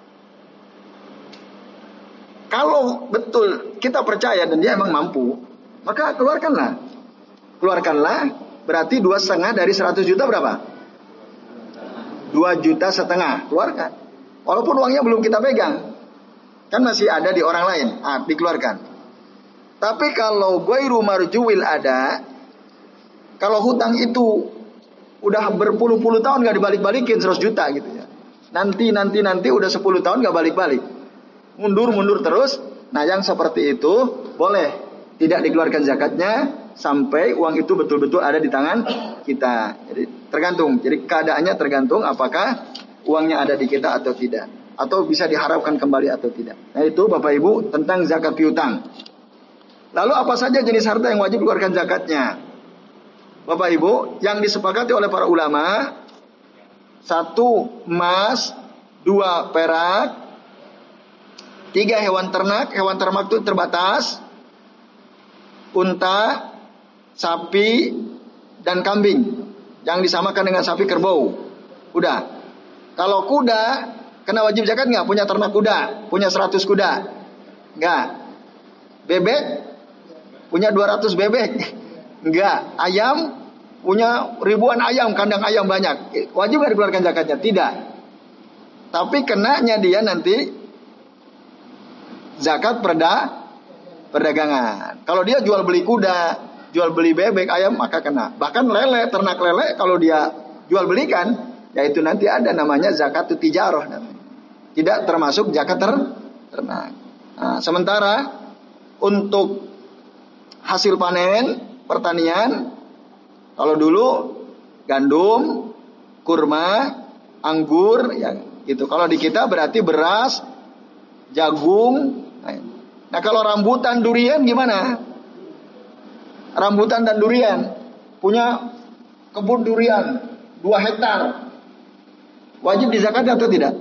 Kalau betul kita percaya dan dia emang mampu, maka keluarkanlah. Keluarkanlah, berarti dua setengah dari seratus juta berapa? Dua juta setengah, keluarkan. Walaupun uangnya belum kita pegang, kan masih ada di orang lain, ah, dikeluarkan. Tapi kalau ghairu marjuwil ada, kalau hutang itu udah berpuluh-puluh tahun gak dibalik-balikin seratus juta gitu ya. Nanti, nanti, nanti udah sepuluh tahun gak balik-balik. mundur-mundur terus. Nah, yang seperti itu boleh tidak dikeluarkan zakatnya sampai uang itu betul-betul ada di tangan kita. Jadi tergantung. Jadi keadaannya tergantung apakah uangnya ada di kita atau tidak, atau bisa diharapkan kembali atau tidak. Nah, itu Bapak Ibu tentang zakat piutang. Lalu apa saja jenis harta yang wajib dikeluarkan zakatnya? Bapak Ibu, yang disepakati oleh para ulama, satu emas, dua perak, tiga hewan ternak. Hewan ternak itu terbatas, unta, sapi, dan kambing, yang disamakan dengan sapi kerbau. Udah. Kalau kuda, kena wajib zakat nggak? Punya ternak kuda, punya seratus kuda, nggak. Bebek, punya dua ratus bebek, nggak. Ayam, punya ribuan ayam, kandang ayam banyak, wajib nggak dikeluarkan zakatnya? Tidak. Tapi kenanya dia nanti zakat perda perdagangan. Kalau dia jual beli kuda, jual beli bebek, ayam, maka kena. Bahkan lele, ternak lele, kalau dia jual belikan, yaitu nanti ada namanya zakat tijarah, tidak termasuk zakat ter ternak. Nah, sementara untuk hasil panen pertanian, kalau dulu gandum, kurma, anggur, ya gitu. Kalau di kita berarti beras, jagung. Nah, kalau rambutan, durian gimana? Rambutan dan durian, punya kebun durian dua hektar. Wajib dizakat atau tidak?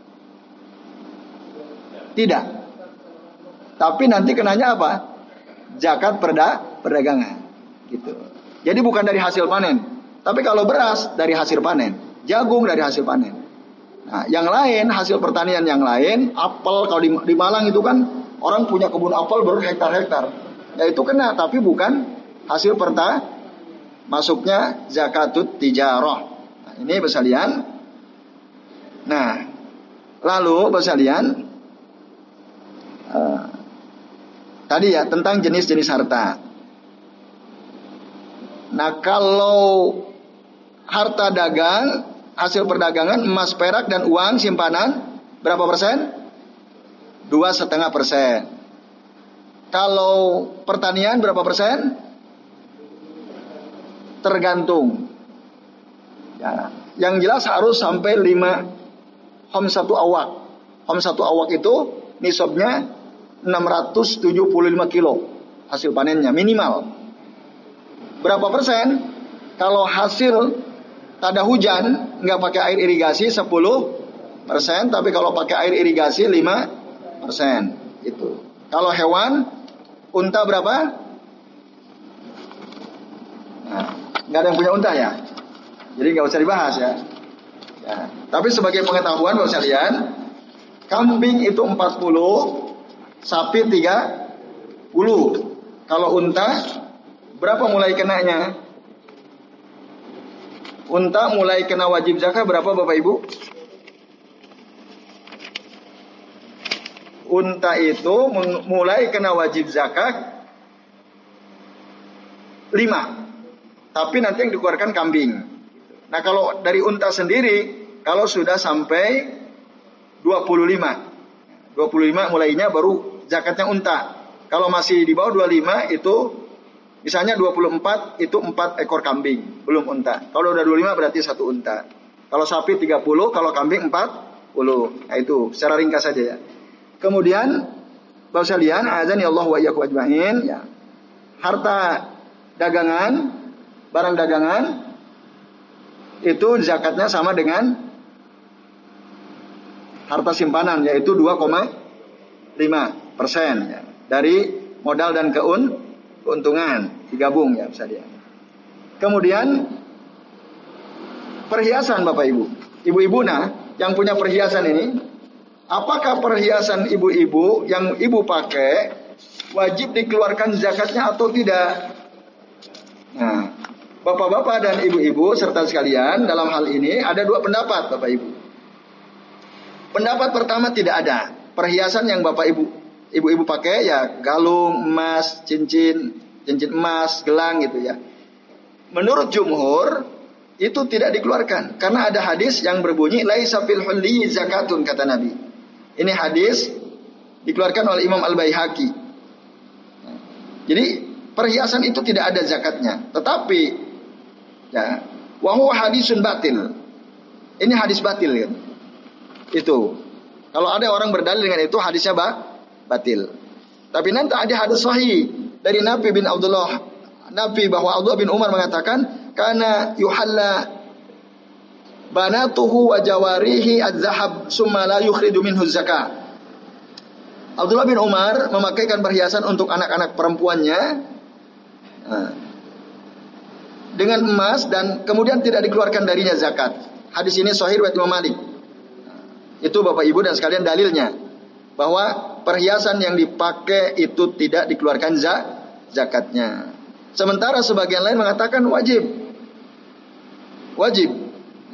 Tidak. Tapi nanti kenanya apa? Zakat perda perdagangan. Gitu. Jadi bukan dari hasil panen. Tapi kalau beras dari hasil panen, jagung dari hasil panen. Nah, yang lain hasil pertanian yang lain, apel, kalau di, di Malang itu kan orang punya kebun apel berhektar-hektar. Ya itu kena, tapi bukan hasil perta masuknya zakatut tijarah. Nah, ini besalian. Nah, lalu besalian uh, tadi ya tentang jenis-jenis harta. Nah, kalau harta dagang, hasil perdagangan, emas, perak, dan uang simpanan, berapa persen? Dua setengah persen. Kalau pertanian berapa persen? Tergantung. Ya, yang jelas harus sampai lima hom satu awak. Hom satu awak itu nisabnya enam ratus tujuh puluh lima kilo hasil panennya minimal. Berapa persen? Kalau hasil tada hujan nggak pakai air irigasi sepuluh persen, tapi kalau pakai air irigasi lima persen. Itu. Kalau hewan, unta berapa? Nah, nggak ada yang punya unta ya, jadi nggak usah dibahas ya. Ya. Tapi sebagai pengetahuan Bapak sekalian, kambing itu empat puluh, sapi tiga puluh. Kalau unta berapa mulai kenanya? Unta mulai kena wajib zakat berapa Bapak Ibu? Unta itu mulai kena wajib zakat lima. Tapi nanti yang dikeluarkan kambing. Nah, kalau dari unta sendiri, kalau sudah sampai dua puluh lima. dua puluh lima mulainya baru zakatnya unta. Kalau masih di bawah dua puluh lima itu misalnya dua puluh empat itu empat ekor kambing, belum unta. Kalau udah dua puluh lima berarti satu unta. Kalau sapi tiga puluh, kalau kambing empat puluh. Nah, itu secara ringkas saja ya. Kemudian Bapak sekalian, azani Allah wa iyyakum ajmain, ya. Harta dagangan, barang dagangan itu zakatnya sama dengan harta simpanan, yaitu dua koma lima persen ya, dari modal dan keun keuntungan digabung ya misalnya. Kemudian perhiasan Bapak Ibu, ibu-ibu nah yang punya perhiasan ini, apakah perhiasan ibu-ibu yang ibu pakai wajib dikeluarkan zakatnya atau tidak? Nah, bapak-bapak dan ibu-ibu serta sekalian, dalam hal ini ada dua pendapat Bapak Ibu. Pendapat pertama, tidak ada. Perhiasan yang Bapak Ibu ibu-ibu pakai ya galung, emas, cincin, cincin emas, gelang gitu ya. Menurut jumhur itu tidak dikeluarkan karena ada hadis yang berbunyi laisa fil hulli zakatun, kata Nabi. Ini hadis Dikeluarkan oleh Imam Al-Baihaqi. Jadi perhiasan itu tidak ada zakatnya. Tetapi ya, wa huwa hadisun batil. Ini hadis batil kan. Itu. Kalau ada orang berdalil dengan itu hadisnya bah, batil. Tapi nanti ada hadis sahih dari Nabi bin Abdullah, Nabi bahwa Abdullah bin Umar mengatakan kana yuhalla banatuhu wa jawarihi az-zahab summa la yukhriju minhu zakah. Abdullah bin Umar memakaikan perhiasan untuk anak-anak perempuannya dengan emas dan kemudian tidak dikeluarkan darinya zakat. Hadis ini sahih riwayat Imam Malik. Itu Bapak Ibu dan sekalian dalilnya bahwa perhiasan yang dipakai itu tidak dikeluarkan zakatnya. Sementara sebagian lain mengatakan wajib. Wajib.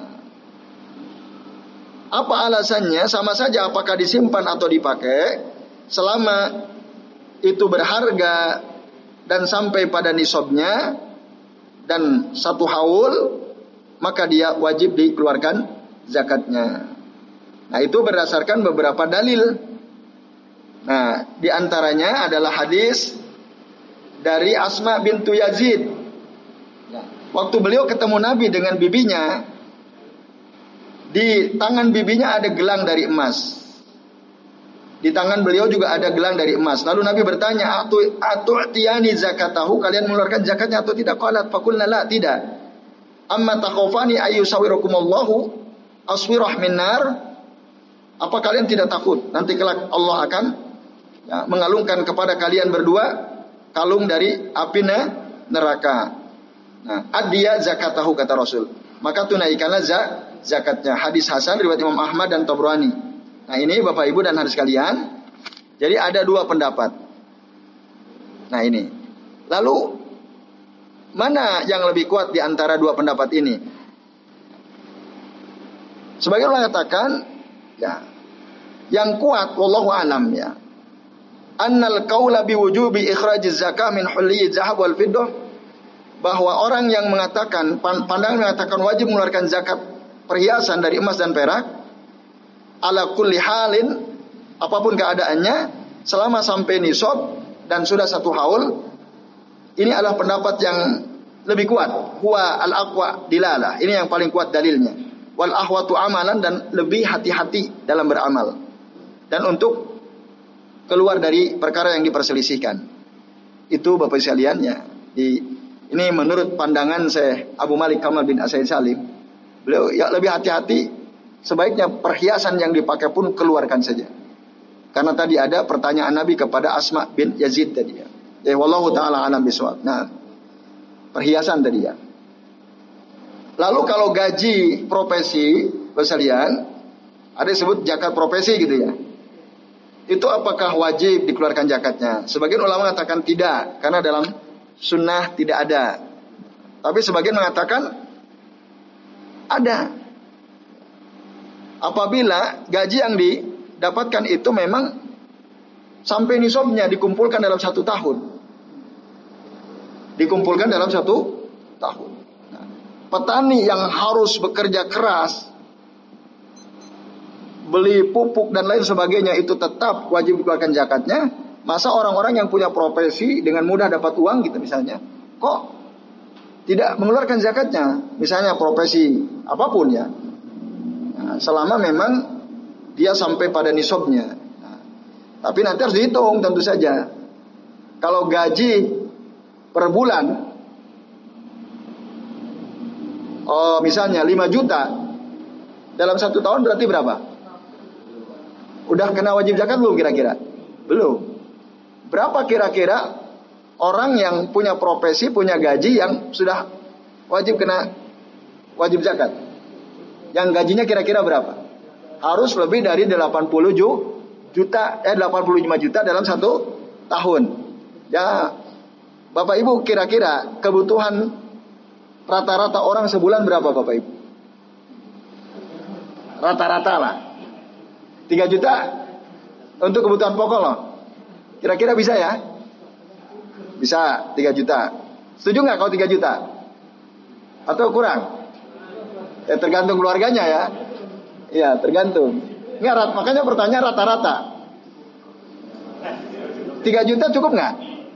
Apa alasannya? Sama saja apakah disimpan atau dipakai, selama itu berharga dan sampai pada nisabnya dan satu haul, maka dia wajib dikeluarkan zakatnya. Nah, itu berdasarkan beberapa dalil. Nah, di antaranya adalah hadis dari Asma bintu Yazid. Waktu beliau ketemu Nabi dengan bibinya, di tangan bibinya ada gelang dari emas. Di tangan beliau juga ada gelang dari emas. Lalu Nabi bertanya, Atu atu'tiyani zakatahu, kalian mengeluarkan zakatnya atau tidak? Qalat faqulna la, tidak. Amma takhafani ayyusawirukumullahu aswirah min nar. Apa kalian tidak takut nanti kelak Allah akan ya, mengalungkan kepada kalian berdua kalung dari api neraka. Nah, addiya zakatahu, kata Rasul. Maka tunaikanlah zakatnya. Hadis hasan riwayat Imam Ahmad dan Tabrani. Nah, ini Bapak Ibu dan hadis sekalian. Jadi ada dua pendapat. Nah, ini. Lalu mana yang lebih kuat di antara dua pendapat ini? Sebagian mengatakan ya, yang kuat wallahu alam ya, annal qaula biwujubi ikhrajiz zakah min hulli zahab wal fiddah, bahwa orang yang mengatakan pandangan mengatakan wajib mengeluarkan zakat perhiasan dari emas dan perak ala kulli halin, apapun keadaannya selama sampai nisab dan sudah satu haul. Ini adalah pendapat yang lebih kuat, huwa al-aqwa dilalah, ini yang paling kuat dalilnya, wal ahwatu amalan, dan lebih hati-hati dalam beramal dan untuk keluar dari perkara yang diperselisihkan. Itu Bapak sekalian ya. Di ini menurut pandangan saya Abu Malik Kamal bin As-Said Salim. Beliau ya lebih hati-hati, sebaiknya perhiasan yang dipakai pun keluarkan saja. Karena tadi ada pertanyaan Nabi kepada Asma bin Yazid tadi ya. Ya wallahu taala alam bisawab. Nah, perhiasan tadi ya. Lalu kalau gaji profesi, Bapak sekalian, ada disebut zakat profesi gitu ya. Itu apakah wajib dikeluarkan zakatnya? Sebagian ulama mengatakan tidak, karena dalam sunnah tidak ada. Tapi sebagian mengatakan ada. Apabila gaji yang didapatkan itu memang sampai nisabnya dikumpulkan dalam satu tahun. Dikumpulkan dalam satu tahun. Nah, petani yang harus bekerja keras, beli pupuk dan lain sebagainya, itu tetap wajib dikeluarkan zakatnya. Masa orang-orang yang punya profesi dengan mudah dapat uang gitu misalnya, kok tidak mengeluarkan zakatnya? Misalnya profesi apapun ya. Nah, selama memang dia sampai pada nisabnya. Nah, tapi nanti harus dihitung tentu saja. Kalau gaji per bulan, oh misalnya lima juta, dalam satu tahun berarti berapa? Udah kena wajib zakat belum kira-kira? Belum. Berapa kira-kira orang yang punya profesi, punya gaji yang sudah wajib kena wajib zakat? Yang gajinya kira-kira berapa? Harus lebih dari delapan puluh juta, eh delapan puluh lima juta dalam satu tahun. Ya, Bapak Ibu kira-kira kebutuhan rata-rata orang sebulan berapa Bapak Ibu? Rata-rata lah tiga juta untuk kebutuhan pokok loh. Kira-kira bisa ya? Bisa tiga juta. Setuju nggak kalau tiga juta? Atau kurang? Ya tergantung keluarganya ya. Iya tergantung. Nggak, makanya pertanyaan rata-rata. tiga juta cukup nggak?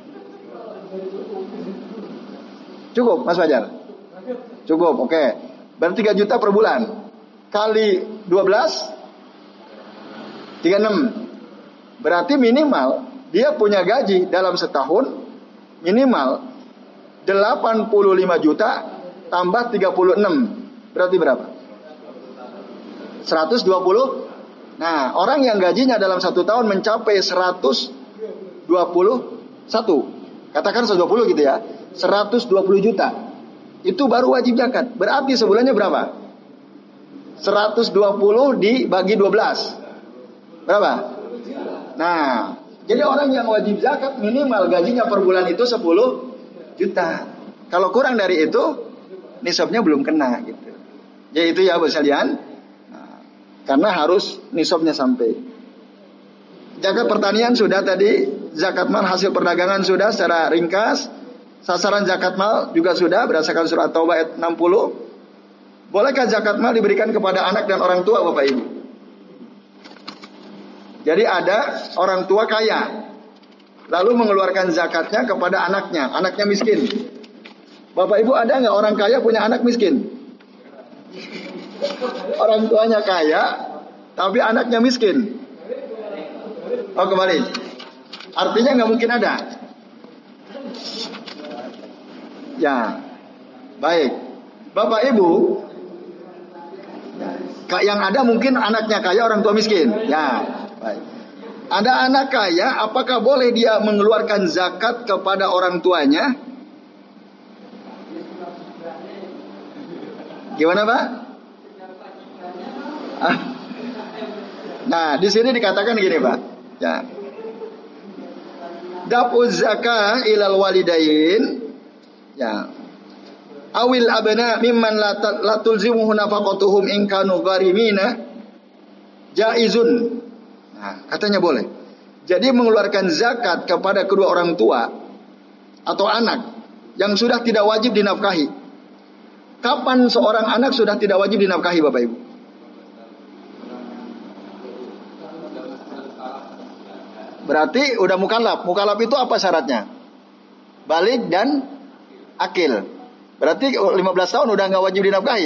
Cukup, Mas Fajar? Cukup, oke. Okay. Berarti tiga juta per bulan. Kali dua belas, tiga puluh enam. Berarti minimal dia punya gaji dalam setahun minimal delapan puluh lima juta tambah tiga puluh enam. Berarti berapa? seratus dua puluh. Nah, orang yang gajinya dalam satu tahun mencapai seratus dua puluh satu, katakan seratus dua puluh gitu ya, seratus dua puluh juta, itu baru wajib zakat. Berarti sebulannya berapa? seratus dua puluh dibagi dua belas, berapa? Nah, jadi orang yang wajib zakat minimal gajinya per bulan itu sepuluh juta. Kalau kurang dari itu, nisabnya belum kena gitu. Jadi itu ya, Bapak sekalian. Karena harus nisabnya sampai. Zakat pertanian sudah tadi, zakat mal hasil perdagangan sudah secara ringkas. Sasaran zakat mal juga sudah berdasarkan surat Taubah ayat enam puluh. Bolehkah zakat mal diberikan kepada anak dan orang tua, Bapak Ibu? Jadi ada orang tua kaya, lalu mengeluarkan zakatnya kepada anaknya, anaknya miskin. Bapak Ibu, ada nggak orang kaya punya anak miskin? Orang tuanya kaya, tapi anaknya miskin. Oh, kembali. Artinya nggak mungkin ada. Ya, baik. Bapak Ibu, yang ada mungkin anaknya kaya, orang tua miskin. Ya, baik. Ada anak kaya, apakah boleh dia mengeluarkan zakat kepada orang tuanya? Gimana, Pak? Nah, di sini dikatakan gini, Pak. Ya. Daf'uz zakah ilal walidain. Ya. Awil abna mimman la tulzimuhu nafaqatuhum in kanu gharimina jaizun. Nah, katanya boleh. Jadi mengeluarkan zakat kepada kedua orang tua atau anak yang sudah tidak wajib dinafkahi. Kapan seorang anak sudah tidak wajib dinafkahi, Bapak Ibu? Berarti udah mukallaf. Mukallaf itu apa syaratnya? Balik dan akil. Berarti lima belas tahun udah nggak wajib dinafkahi.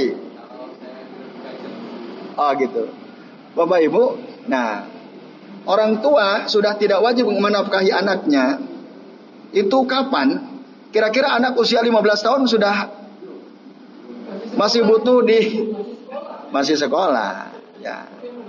Oh gitu. Bapak Ibu, nah, orang tua sudah tidak wajib menafkahi anaknya. Itu kapan? Kira-kira anak usia lima belas tahun sudah masih butuh di masih sekolah, ya.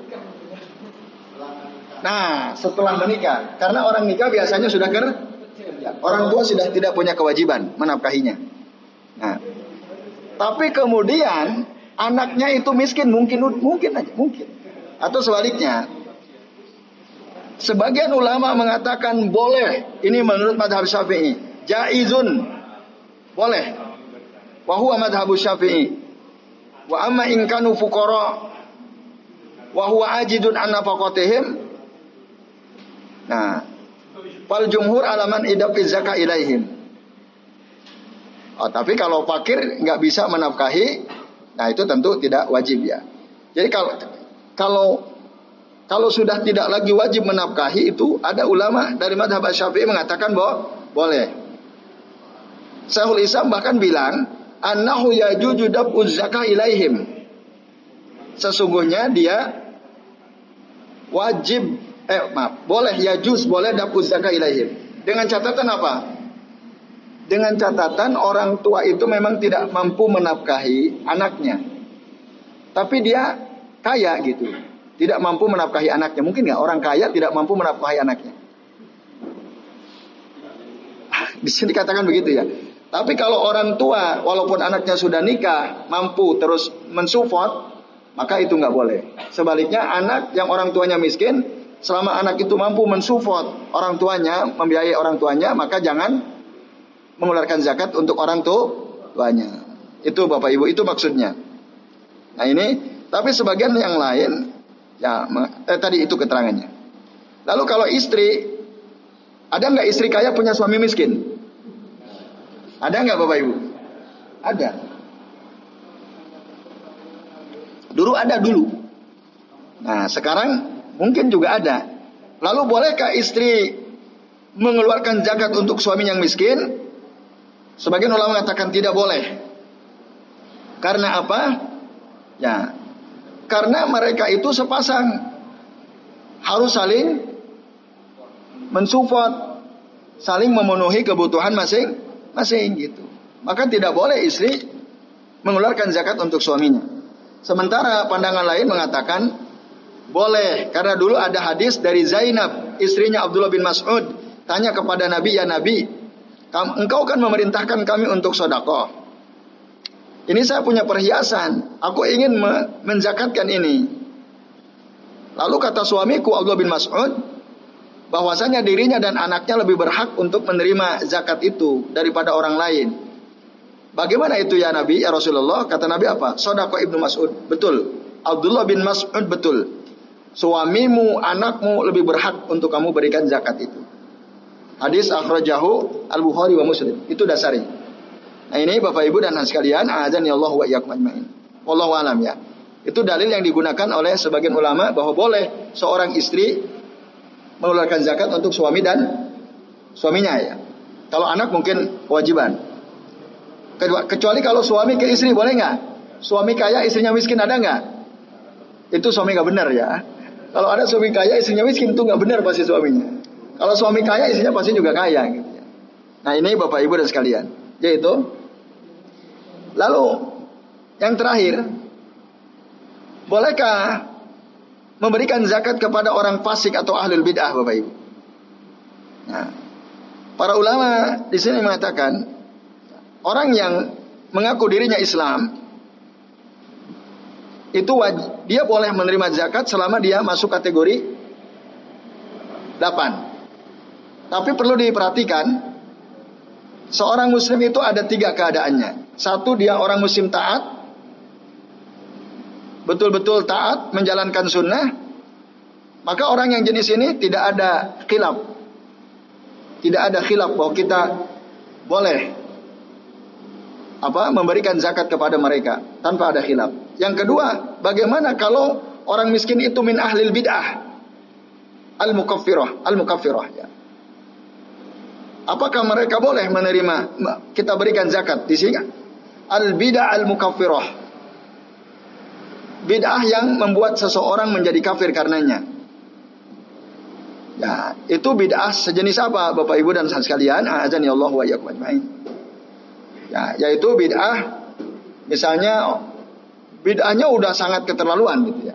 Nah, setelah menikah, karena orang nikah biasanya sudah ker, ya, orang tua sudah tidak punya kewajiban menafkahinya. Nah, tapi kemudian anaknya itu miskin, mungkin mungkin aja, mungkin. Atau sebaliknya, sebagian ulama mengatakan boleh. Ini menurut mazhab Syafi'i, jaizun, boleh. Wa huwa mazhab Syafi'i. Wa amma in kanu fuqara wa huwa ajidun an nafaqatihim. Nah, fal jumhur alaman idafi zakah ilaihim. Oh, tapi kalau fakir nggak bisa menafkahi, nah itu tentu tidak wajib ya. Jadi kalau kalau kalau sudah tidak lagi wajib menafkahi, itu ada ulama dari mazhab Syafi'i mengatakan bahwa boleh. Syekhul Islam bahkan bilang annahu yajuju dab'uz zakah ilaihim. Sesungguhnya dia wajib Eh maaf, boleh ya juz, boleh dapuz zakah ilaihim. Dengan catatan apa? Dengan catatan orang tua itu memang tidak mampu menafkahi anaknya, tapi dia kaya gitu, tidak mampu menafkahi anaknya. Mungkin nggak orang kaya tidak mampu menafkahi anaknya? Di sini dikatakan begitu ya. Tapi kalau orang tua walaupun anaknya sudah nikah mampu terus mensupport, maka itu nggak boleh. Sebaliknya anak yang orang tuanya miskin, selama anak itu mampu mensupport orang tuanya, membiayai orang tuanya, maka jangan mengeluarkan zakat untuk orang tuanya. Itu Bapak Ibu, itu maksudnya. Nah ini, tapi sebagian yang lain, ya eh, tadi itu keterangannya. Lalu kalau istri, ada nggak istri kaya punya suami miskin? Ada nggak Bapak Ibu? Ada. Dulu ada dulu. Nah sekarang mungkin juga ada. Lalu bolehkah istri mengeluarkan zakat untuk suami yang miskin? Sebagian ulama mengatakan tidak boleh. Karena apa? Ya, karena mereka itu sepasang, harus saling mensupport, saling memenuhi kebutuhan masing-masing gitu. Maka tidak boleh istri mengeluarkan zakat untuk suaminya. Sementara pandangan lain mengatakan boleh, karena dulu ada hadis dari Zainab, istrinya Abdullah bin Mas'ud, tanya kepada Nabi, ya Nabi, engkau kan memerintahkan kami untuk sedekah. Ini saya punya perhiasan, aku ingin menzakatkan ini. Lalu kata suamiku Abdullah bin Mas'ud, bahwasanya dirinya dan anaknya lebih berhak untuk menerima zakat itu daripada orang lain. Bagaimana itu ya Nabi, ya Rasulullah? Kata Nabi apa? Sedekah Ibnu Mas'ud. Betul. Abdullah bin Mas'ud betul. Suamimu, anakmu lebih berhak untuk kamu berikan zakat itu. Hadis akhrajahu Al-Bukhari wa Muslim. Itu dasarnya. Nah ini Bapak Ibu dan sekalian, a'adzani Allah wa iyyakum ajmain. Wallahu alam ya. Itu dalil yang digunakan oleh sebagian ulama bahwa boleh seorang istri mengeluarkan zakat untuk suami dan suaminya ya. Kalau anak mungkin kewajiban. Kecuali kalau suami ke istri, boleh nggak? Suami kaya istrinya miskin, ada nggak? Itu suami nggak benar ya. Kalau ada suami kaya istrinya miskin, itu nggak benar pasti suaminya. Kalau suami kaya istrinya pasti juga kaya gitu ya. Nah ini Bapak Ibu dan sekalian, yaitu lalu yang terakhir, bolehkah memberikan zakat kepada orang fasik atau ahlul bid'ah Bapak Ibu? Nah, para ulama di sini mengatakan orang yang mengaku dirinya Islam itu wajib, dia boleh menerima zakat selama dia masuk kategori delapan. Tapi perlu diperhatikan, seorang muslim itu ada tiga keadaannya. Satu, dia orang muslim taat, betul-betul taat menjalankan sunnah. Maka orang yang jenis ini tidak ada khilaf, tidak ada khilaf bahwa kita boleh apa memberikan zakat kepada mereka tanpa ada khilaf. Yang kedua, bagaimana kalau orang miskin itu min ahlil bid'ah al-mukaffirah, al-mukaffirah ya. Apakah mereka boleh menerima kita berikan zakat di sini? Al-bid'ah al-mukaffirah, bid'ah yang membuat seseorang menjadi kafir karenanya. Ya, itu bid'ah sejenis apa Bapak Ibu dan sekalian? A'adzani Allah wa iyyakum ajmain. Ya, yaitu bid'ah, misalnya bid'ahnya udah sangat keterlaluan gitu ya.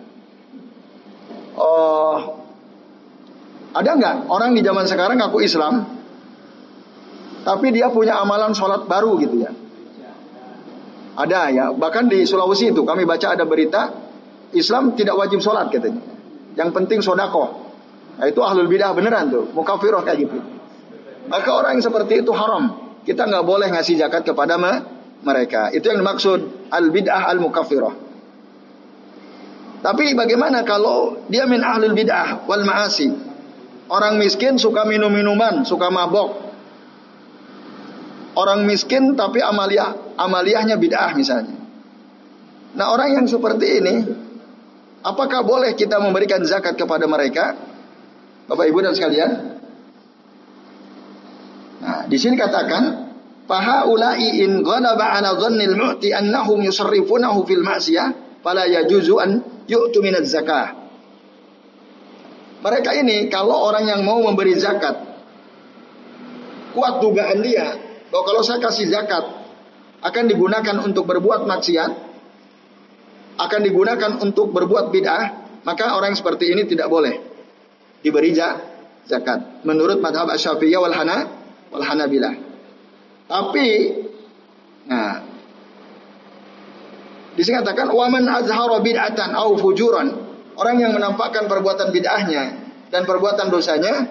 Oh, ada nggak orang di zaman sekarang ngaku Islam, tapi dia punya amalan sholat baru gitu ya? Ada ya, bahkan di Sulawesi itu kami baca ada berita Islam tidak wajib sholat katanya, yang penting sodako. Nah itu ahlul bid'ah beneran tuh, mukafirah kayak gitu. Maka orang yang seperti itu haram. Kita nggak boleh ngasih zakat kepada mereka. Itu yang dimaksud al-bid'ah al-mukaffirah. Tapi bagaimana kalau dia min ahlul bid'ah wal ma'asi? Orang miskin suka minum-minuman, suka mabok. Orang miskin tapi amaliyah, amaliyahnya bid'ah misalnya. Nah orang yang seperti ini, apakah boleh kita memberikan zakat kepada mereka? Bapak Ibu dan sekalian. Nah, di sini katakan, fahaula'i in ghalaba 'ala dhannil mu'ti annahum yusarrifunahu fil ma'siyah fala yajuzu an yu'tu minaz zakah. Mereka ini kalau orang yang mau memberi zakat, kuat dugaan dia bahwa kalau saya kasih zakat akan digunakan untuk berbuat maksiat, akan digunakan untuk berbuat bid'ah, maka orang seperti ini tidak boleh diberi zakat menurut madhab Asy-Syafi'iyah wal Hana wal Hanabilah. Tapi nah di sini katakan waman azhara bid'atan au fujuran, orang yang menampakkan perbuatan bid'ahnya dan perbuatan dosanya.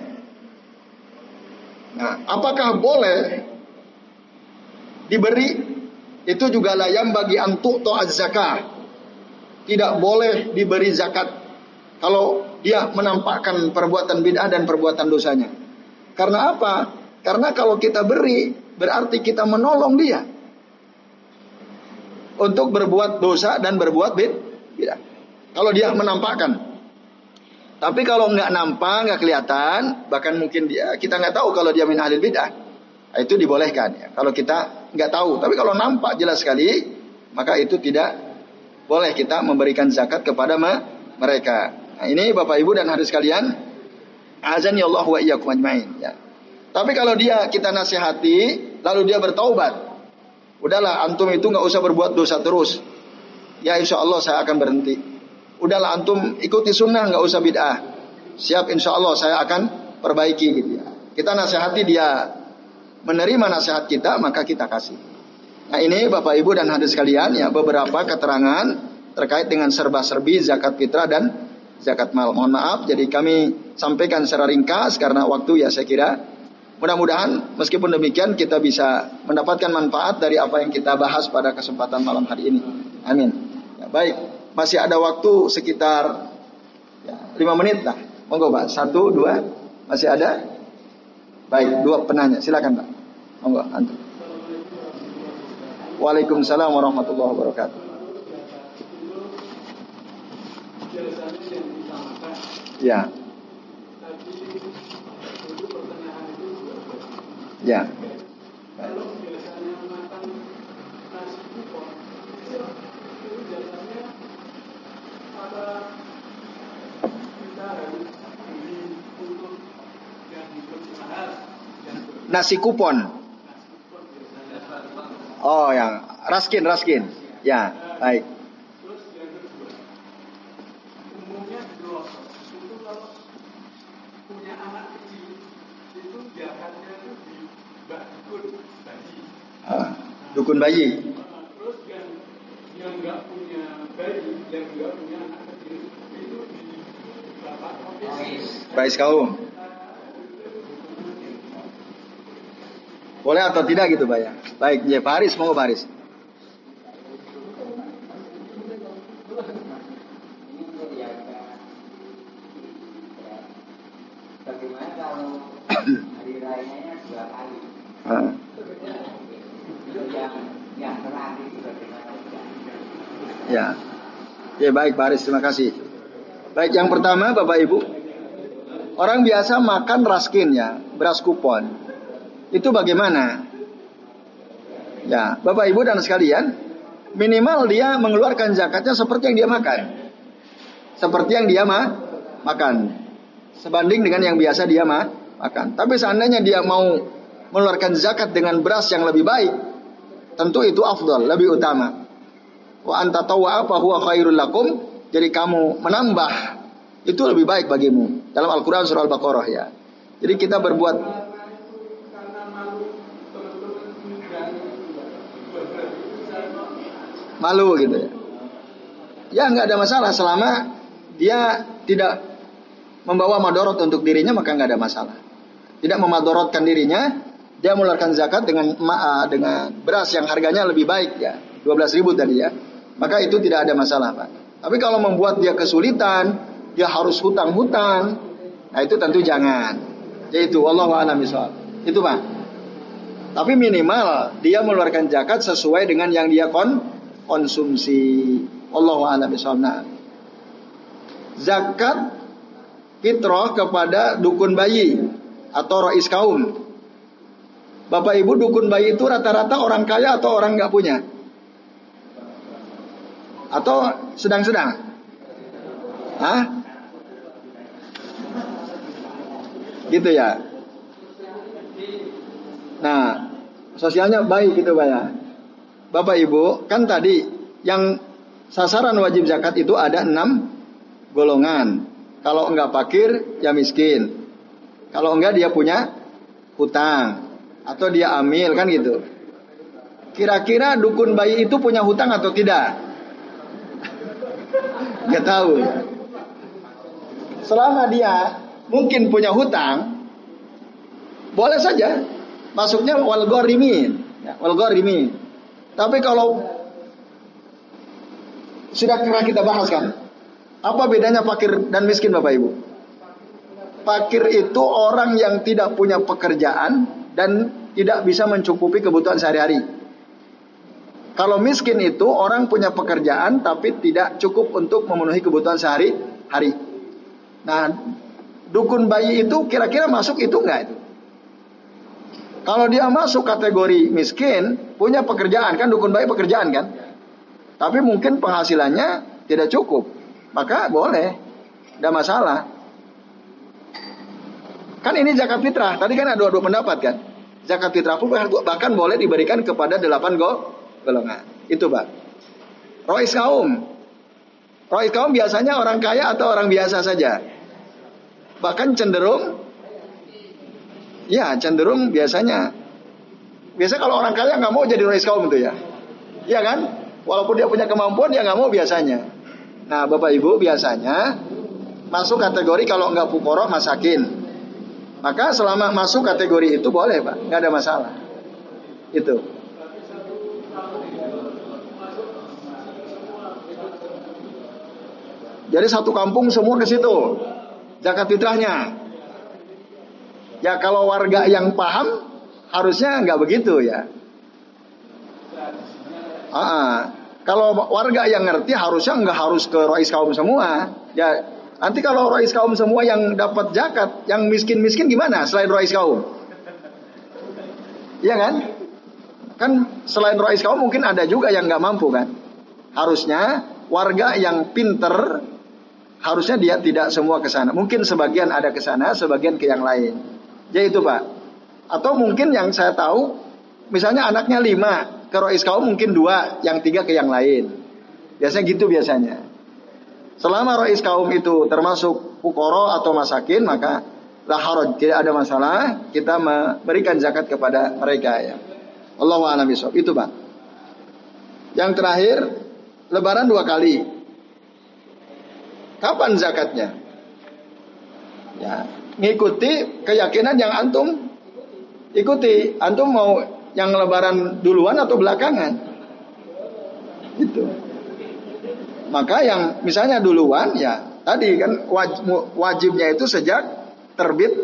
Nah, apakah boleh diberi? Itu juga layam bagi antuk to'az zakah. Tidak boleh diberi zakat kalau dia menampakkan perbuatan bid'ah dan perbuatan dosanya. Karena apa? Karena kalau kita beri, berarti kita menolong dia untuk berbuat dosa dan berbuat bid'ah. Kalau dia menampakkan. Tapi kalau nggak nampak, nggak kelihatan, bahkan mungkin dia kita nggak tahu kalau dia min ahlil bid'ah, itu dibolehkan ya. Kalau kita nggak tahu, tapi kalau nampak jelas sekali, maka itu tidak boleh kita memberikan zakat kepada mereka. Nah, ini Bapak Ibu dan hadirin sekalian, azan ya Allah wa iyyakum ajmain ya. Tapi kalau dia kita nasihati, lalu dia bertaubat, udahlah antum itu nggak usah berbuat dosa terus, ya insya Allah saya akan berhenti. Udahlah antum ikuti sunnah, nggak usah bid'ah. Siap, insya Allah saya akan perbaiki gitu ya. Kita nasihati, dia menerima nasihat kita, maka kita kasih. Nah ini Bapak Ibu dan hadirin sekalian ya, beberapa keterangan terkait dengan serba-serbi zakat fitrah dan zakat mal. Mohon maaf, jadi kami sampaikan secara ringkas karena waktu ya saya kira. Mudah-mudahan meskipun demikian kita bisa mendapatkan manfaat dari apa yang kita bahas pada kesempatan malam hari ini. Amin. Ya, baik. Masih ada waktu sekitar ya, lima menit lah. Monggo Pak, satu, dua, masih ada? Baik, dua penanya, silakan Pak. Monggo, antum. Waalaikumsalam warahmatullahi wabarakatuh. Ya. Ya. Nasi kupon. Oh, yang raskin, raskin. Ya, baik. Umumnya glosor itu kalau punya anak kecil itu zakat dukun bayi. Terus yang yang nggak punya bayi, yang nggak punya anak kecil itu di bapak Bais kaum. Boleh atau tidak gitu Pak ya? Baik, ya Pak Haris, mau Pak Haris. Bagaimana kalau hari rayanya dua kali? Ah. Yang yang terakhir itu bagaimana? Ya. Ya baik Pak Haris, terima kasih. Baik, yang pertama Bapak Ibu, orang biasa makan raskin ya, beras kupon. Itu bagaimana? Ya, Bapak Ibu dan sekalian, minimal dia mengeluarkan zakatnya seperti yang dia makan. Seperti yang dia ma makan. Sebanding dengan yang biasa dia ma makan. Tapi seandainya dia mau mengeluarkan zakat dengan beras yang lebih baik, tentu itu afdal, lebih utama. Wa anta tawwa fa huwa khairul lakum. Jadi kamu menambah itu lebih baik bagimu. Dalam Al-Qur'an surah Al-Baqarah ya. Jadi kita berbuat malu gitu ya. Ya nggak ada masalah selama dia tidak membawa madorot untuk dirinya, maka nggak ada masalah. Tidak memadorotkan dirinya, dia mengeluarkan zakat dengan ma dengan beras yang harganya lebih baik ya, dua belas ribu tadi ya. Maka itu tidak ada masalah Pak. Tapi kalau membuat dia kesulitan, dia harus hutang-hutang, nah itu tentu jangan. Yaitu wallahu a'lam bishawab. Itu Pak. Tapi minimal dia mengeluarkan zakat sesuai dengan yang dia kon konsumsi. Wallahu a'lam bishawab. Nah, zakat fitrah kepada dukun bayi atau rais kaum. Bapak Ibu, dukun bayi itu rata-rata orang kaya atau orang nggak punya? Atau sedang-sedang? Hah? Gitu ya. Nah, sosialnya baik gitu Pak ya. Bapak Ibu, kan tadi yang sasaran wajib zakat itu ada enam golongan. Kalau enggak fakir, ya miskin. Kalau enggak dia punya hutang atau dia amil kan gitu. Kira-kira dukun bayi itu punya hutang atau tidak? Nggak tahu ya. Selama dia mungkin punya hutang, boleh saja masuknya wal gharimin, ya, wal gharimin. Tapi kalau sudah pernah kita bahas kan, apa bedanya fakir dan miskin Bapak Ibu? Fakir itu orang yang tidak punya pekerjaan dan tidak bisa mencukupi kebutuhan sehari-hari. Kalau miskin itu orang punya pekerjaan tapi tidak cukup untuk memenuhi kebutuhan sehari-hari. Nah, dukun bayi itu kira-kira masuk itu enggak itu? Kalau dia masuk kategori miskin, punya pekerjaan, kan dukun bayi pekerjaan kan? Tapi mungkin penghasilannya tidak cukup, maka boleh, tidak masalah. Kan ini zakat fitrah, tadi kan ada dua pendapat kan? Zakat fitrah pun bahkan boleh diberikan kepada delapan golongan. Itu Pak. Rois kaum. Rois kaum biasanya orang kaya atau orang biasa saja. Bahkan cenderung, ya cenderung biasanya. Biasa kalau orang kaya nggak mau jadi rois kaum itu ya. Iya kan? Walaupun dia punya kemampuan, dia nggak mau biasanya. Nah Bapak Ibu biasanya masuk kategori kalau nggak fuqara masakin. Maka selama masuk kategori itu boleh Pak, nggak ada masalah. Itu. Jadi satu kampung semua ke situ zakat fitrahnya. Ya kalau warga yang paham harusnya nggak begitu ya. Ah, kalau warga yang ngerti harusnya nggak harus ke rois kaum semua. Ya nanti kalau rois kaum semua yang dapat zakat, yang miskin-miskin gimana selain rois kaum? Iya kan? Kan selain rois kaum mungkin ada juga yang nggak mampu kan? Harusnya warga yang pinter harusnya dia tidak semua ke sana. Mungkin sebagian ada ke sana, sebagian ke yang lain. Jadi itu Pak. Atau mungkin yang saya tahu, misalnya anaknya lima, ke rois kaum mungkin dua, yang tiga ke yang lain. Biasanya gitu biasanya. Selama rois kaum itu termasuk fuqara atau masakin, maka la haraj, tidak ada masalah kita memberikan zakat kepada mereka ya. Allahu a'lam bishawab. Itu Pak. Yang terakhir, lebaran dua kali. Kapan zakatnya? Ya, ngikuti keyakinan yang antum ikuti. Antum mau yang lebaran duluan atau belakangan? Itu. Maka yang misalnya duluan ya tadi kan wajibnya itu sejak terbit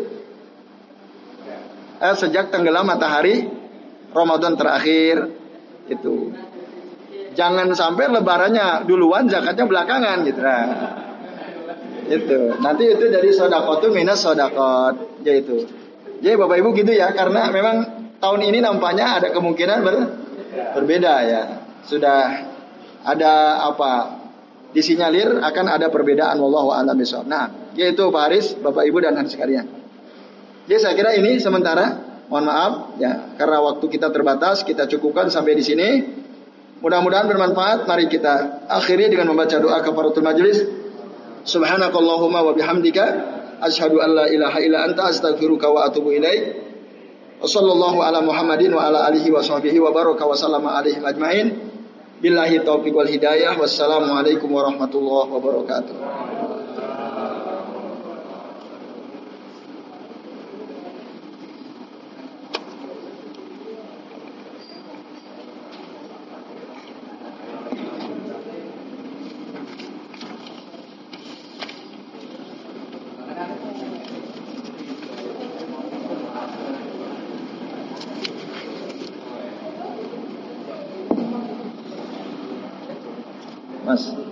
eh, sejak tenggelam matahari Ramadan terakhir itu. Jangan sampai lebarannya duluan zakatnya belakangan gitu. Nah, itu. Nanti itu dari sodakot itu minus sodakot yaitu. Jadi Bapak Ibu gitu ya, karena memang tahun ini nampaknya ada kemungkinan ber, berbeda ya. Sudah ada apa? Disinyalir akan ada perbedaan wallahu a'lam bishawab. Nah, yaitu Pak Haris, Bapak Ibu dan anak sekalian. Jadi saya kira ini sementara, mohon maaf ya, karena waktu kita terbatas, kita cukupkan sampai di sini. Mudah-mudahan bermanfaat. Mari kita akhiri dengan membaca doa kafaratul majelis. Subhanakallahumma wa bihamdika asyhadu an la ilaha illa anta astaghfiruka wa atubu ilaik. Wassallallahu ala Muhammadin wa ala alihi wa sahbihi wa baraka wa sallama alaihi ajmain. Billahi taufiq wal hidayah. Wassalamualaikum warahmatullahi wabarakatuh. Mas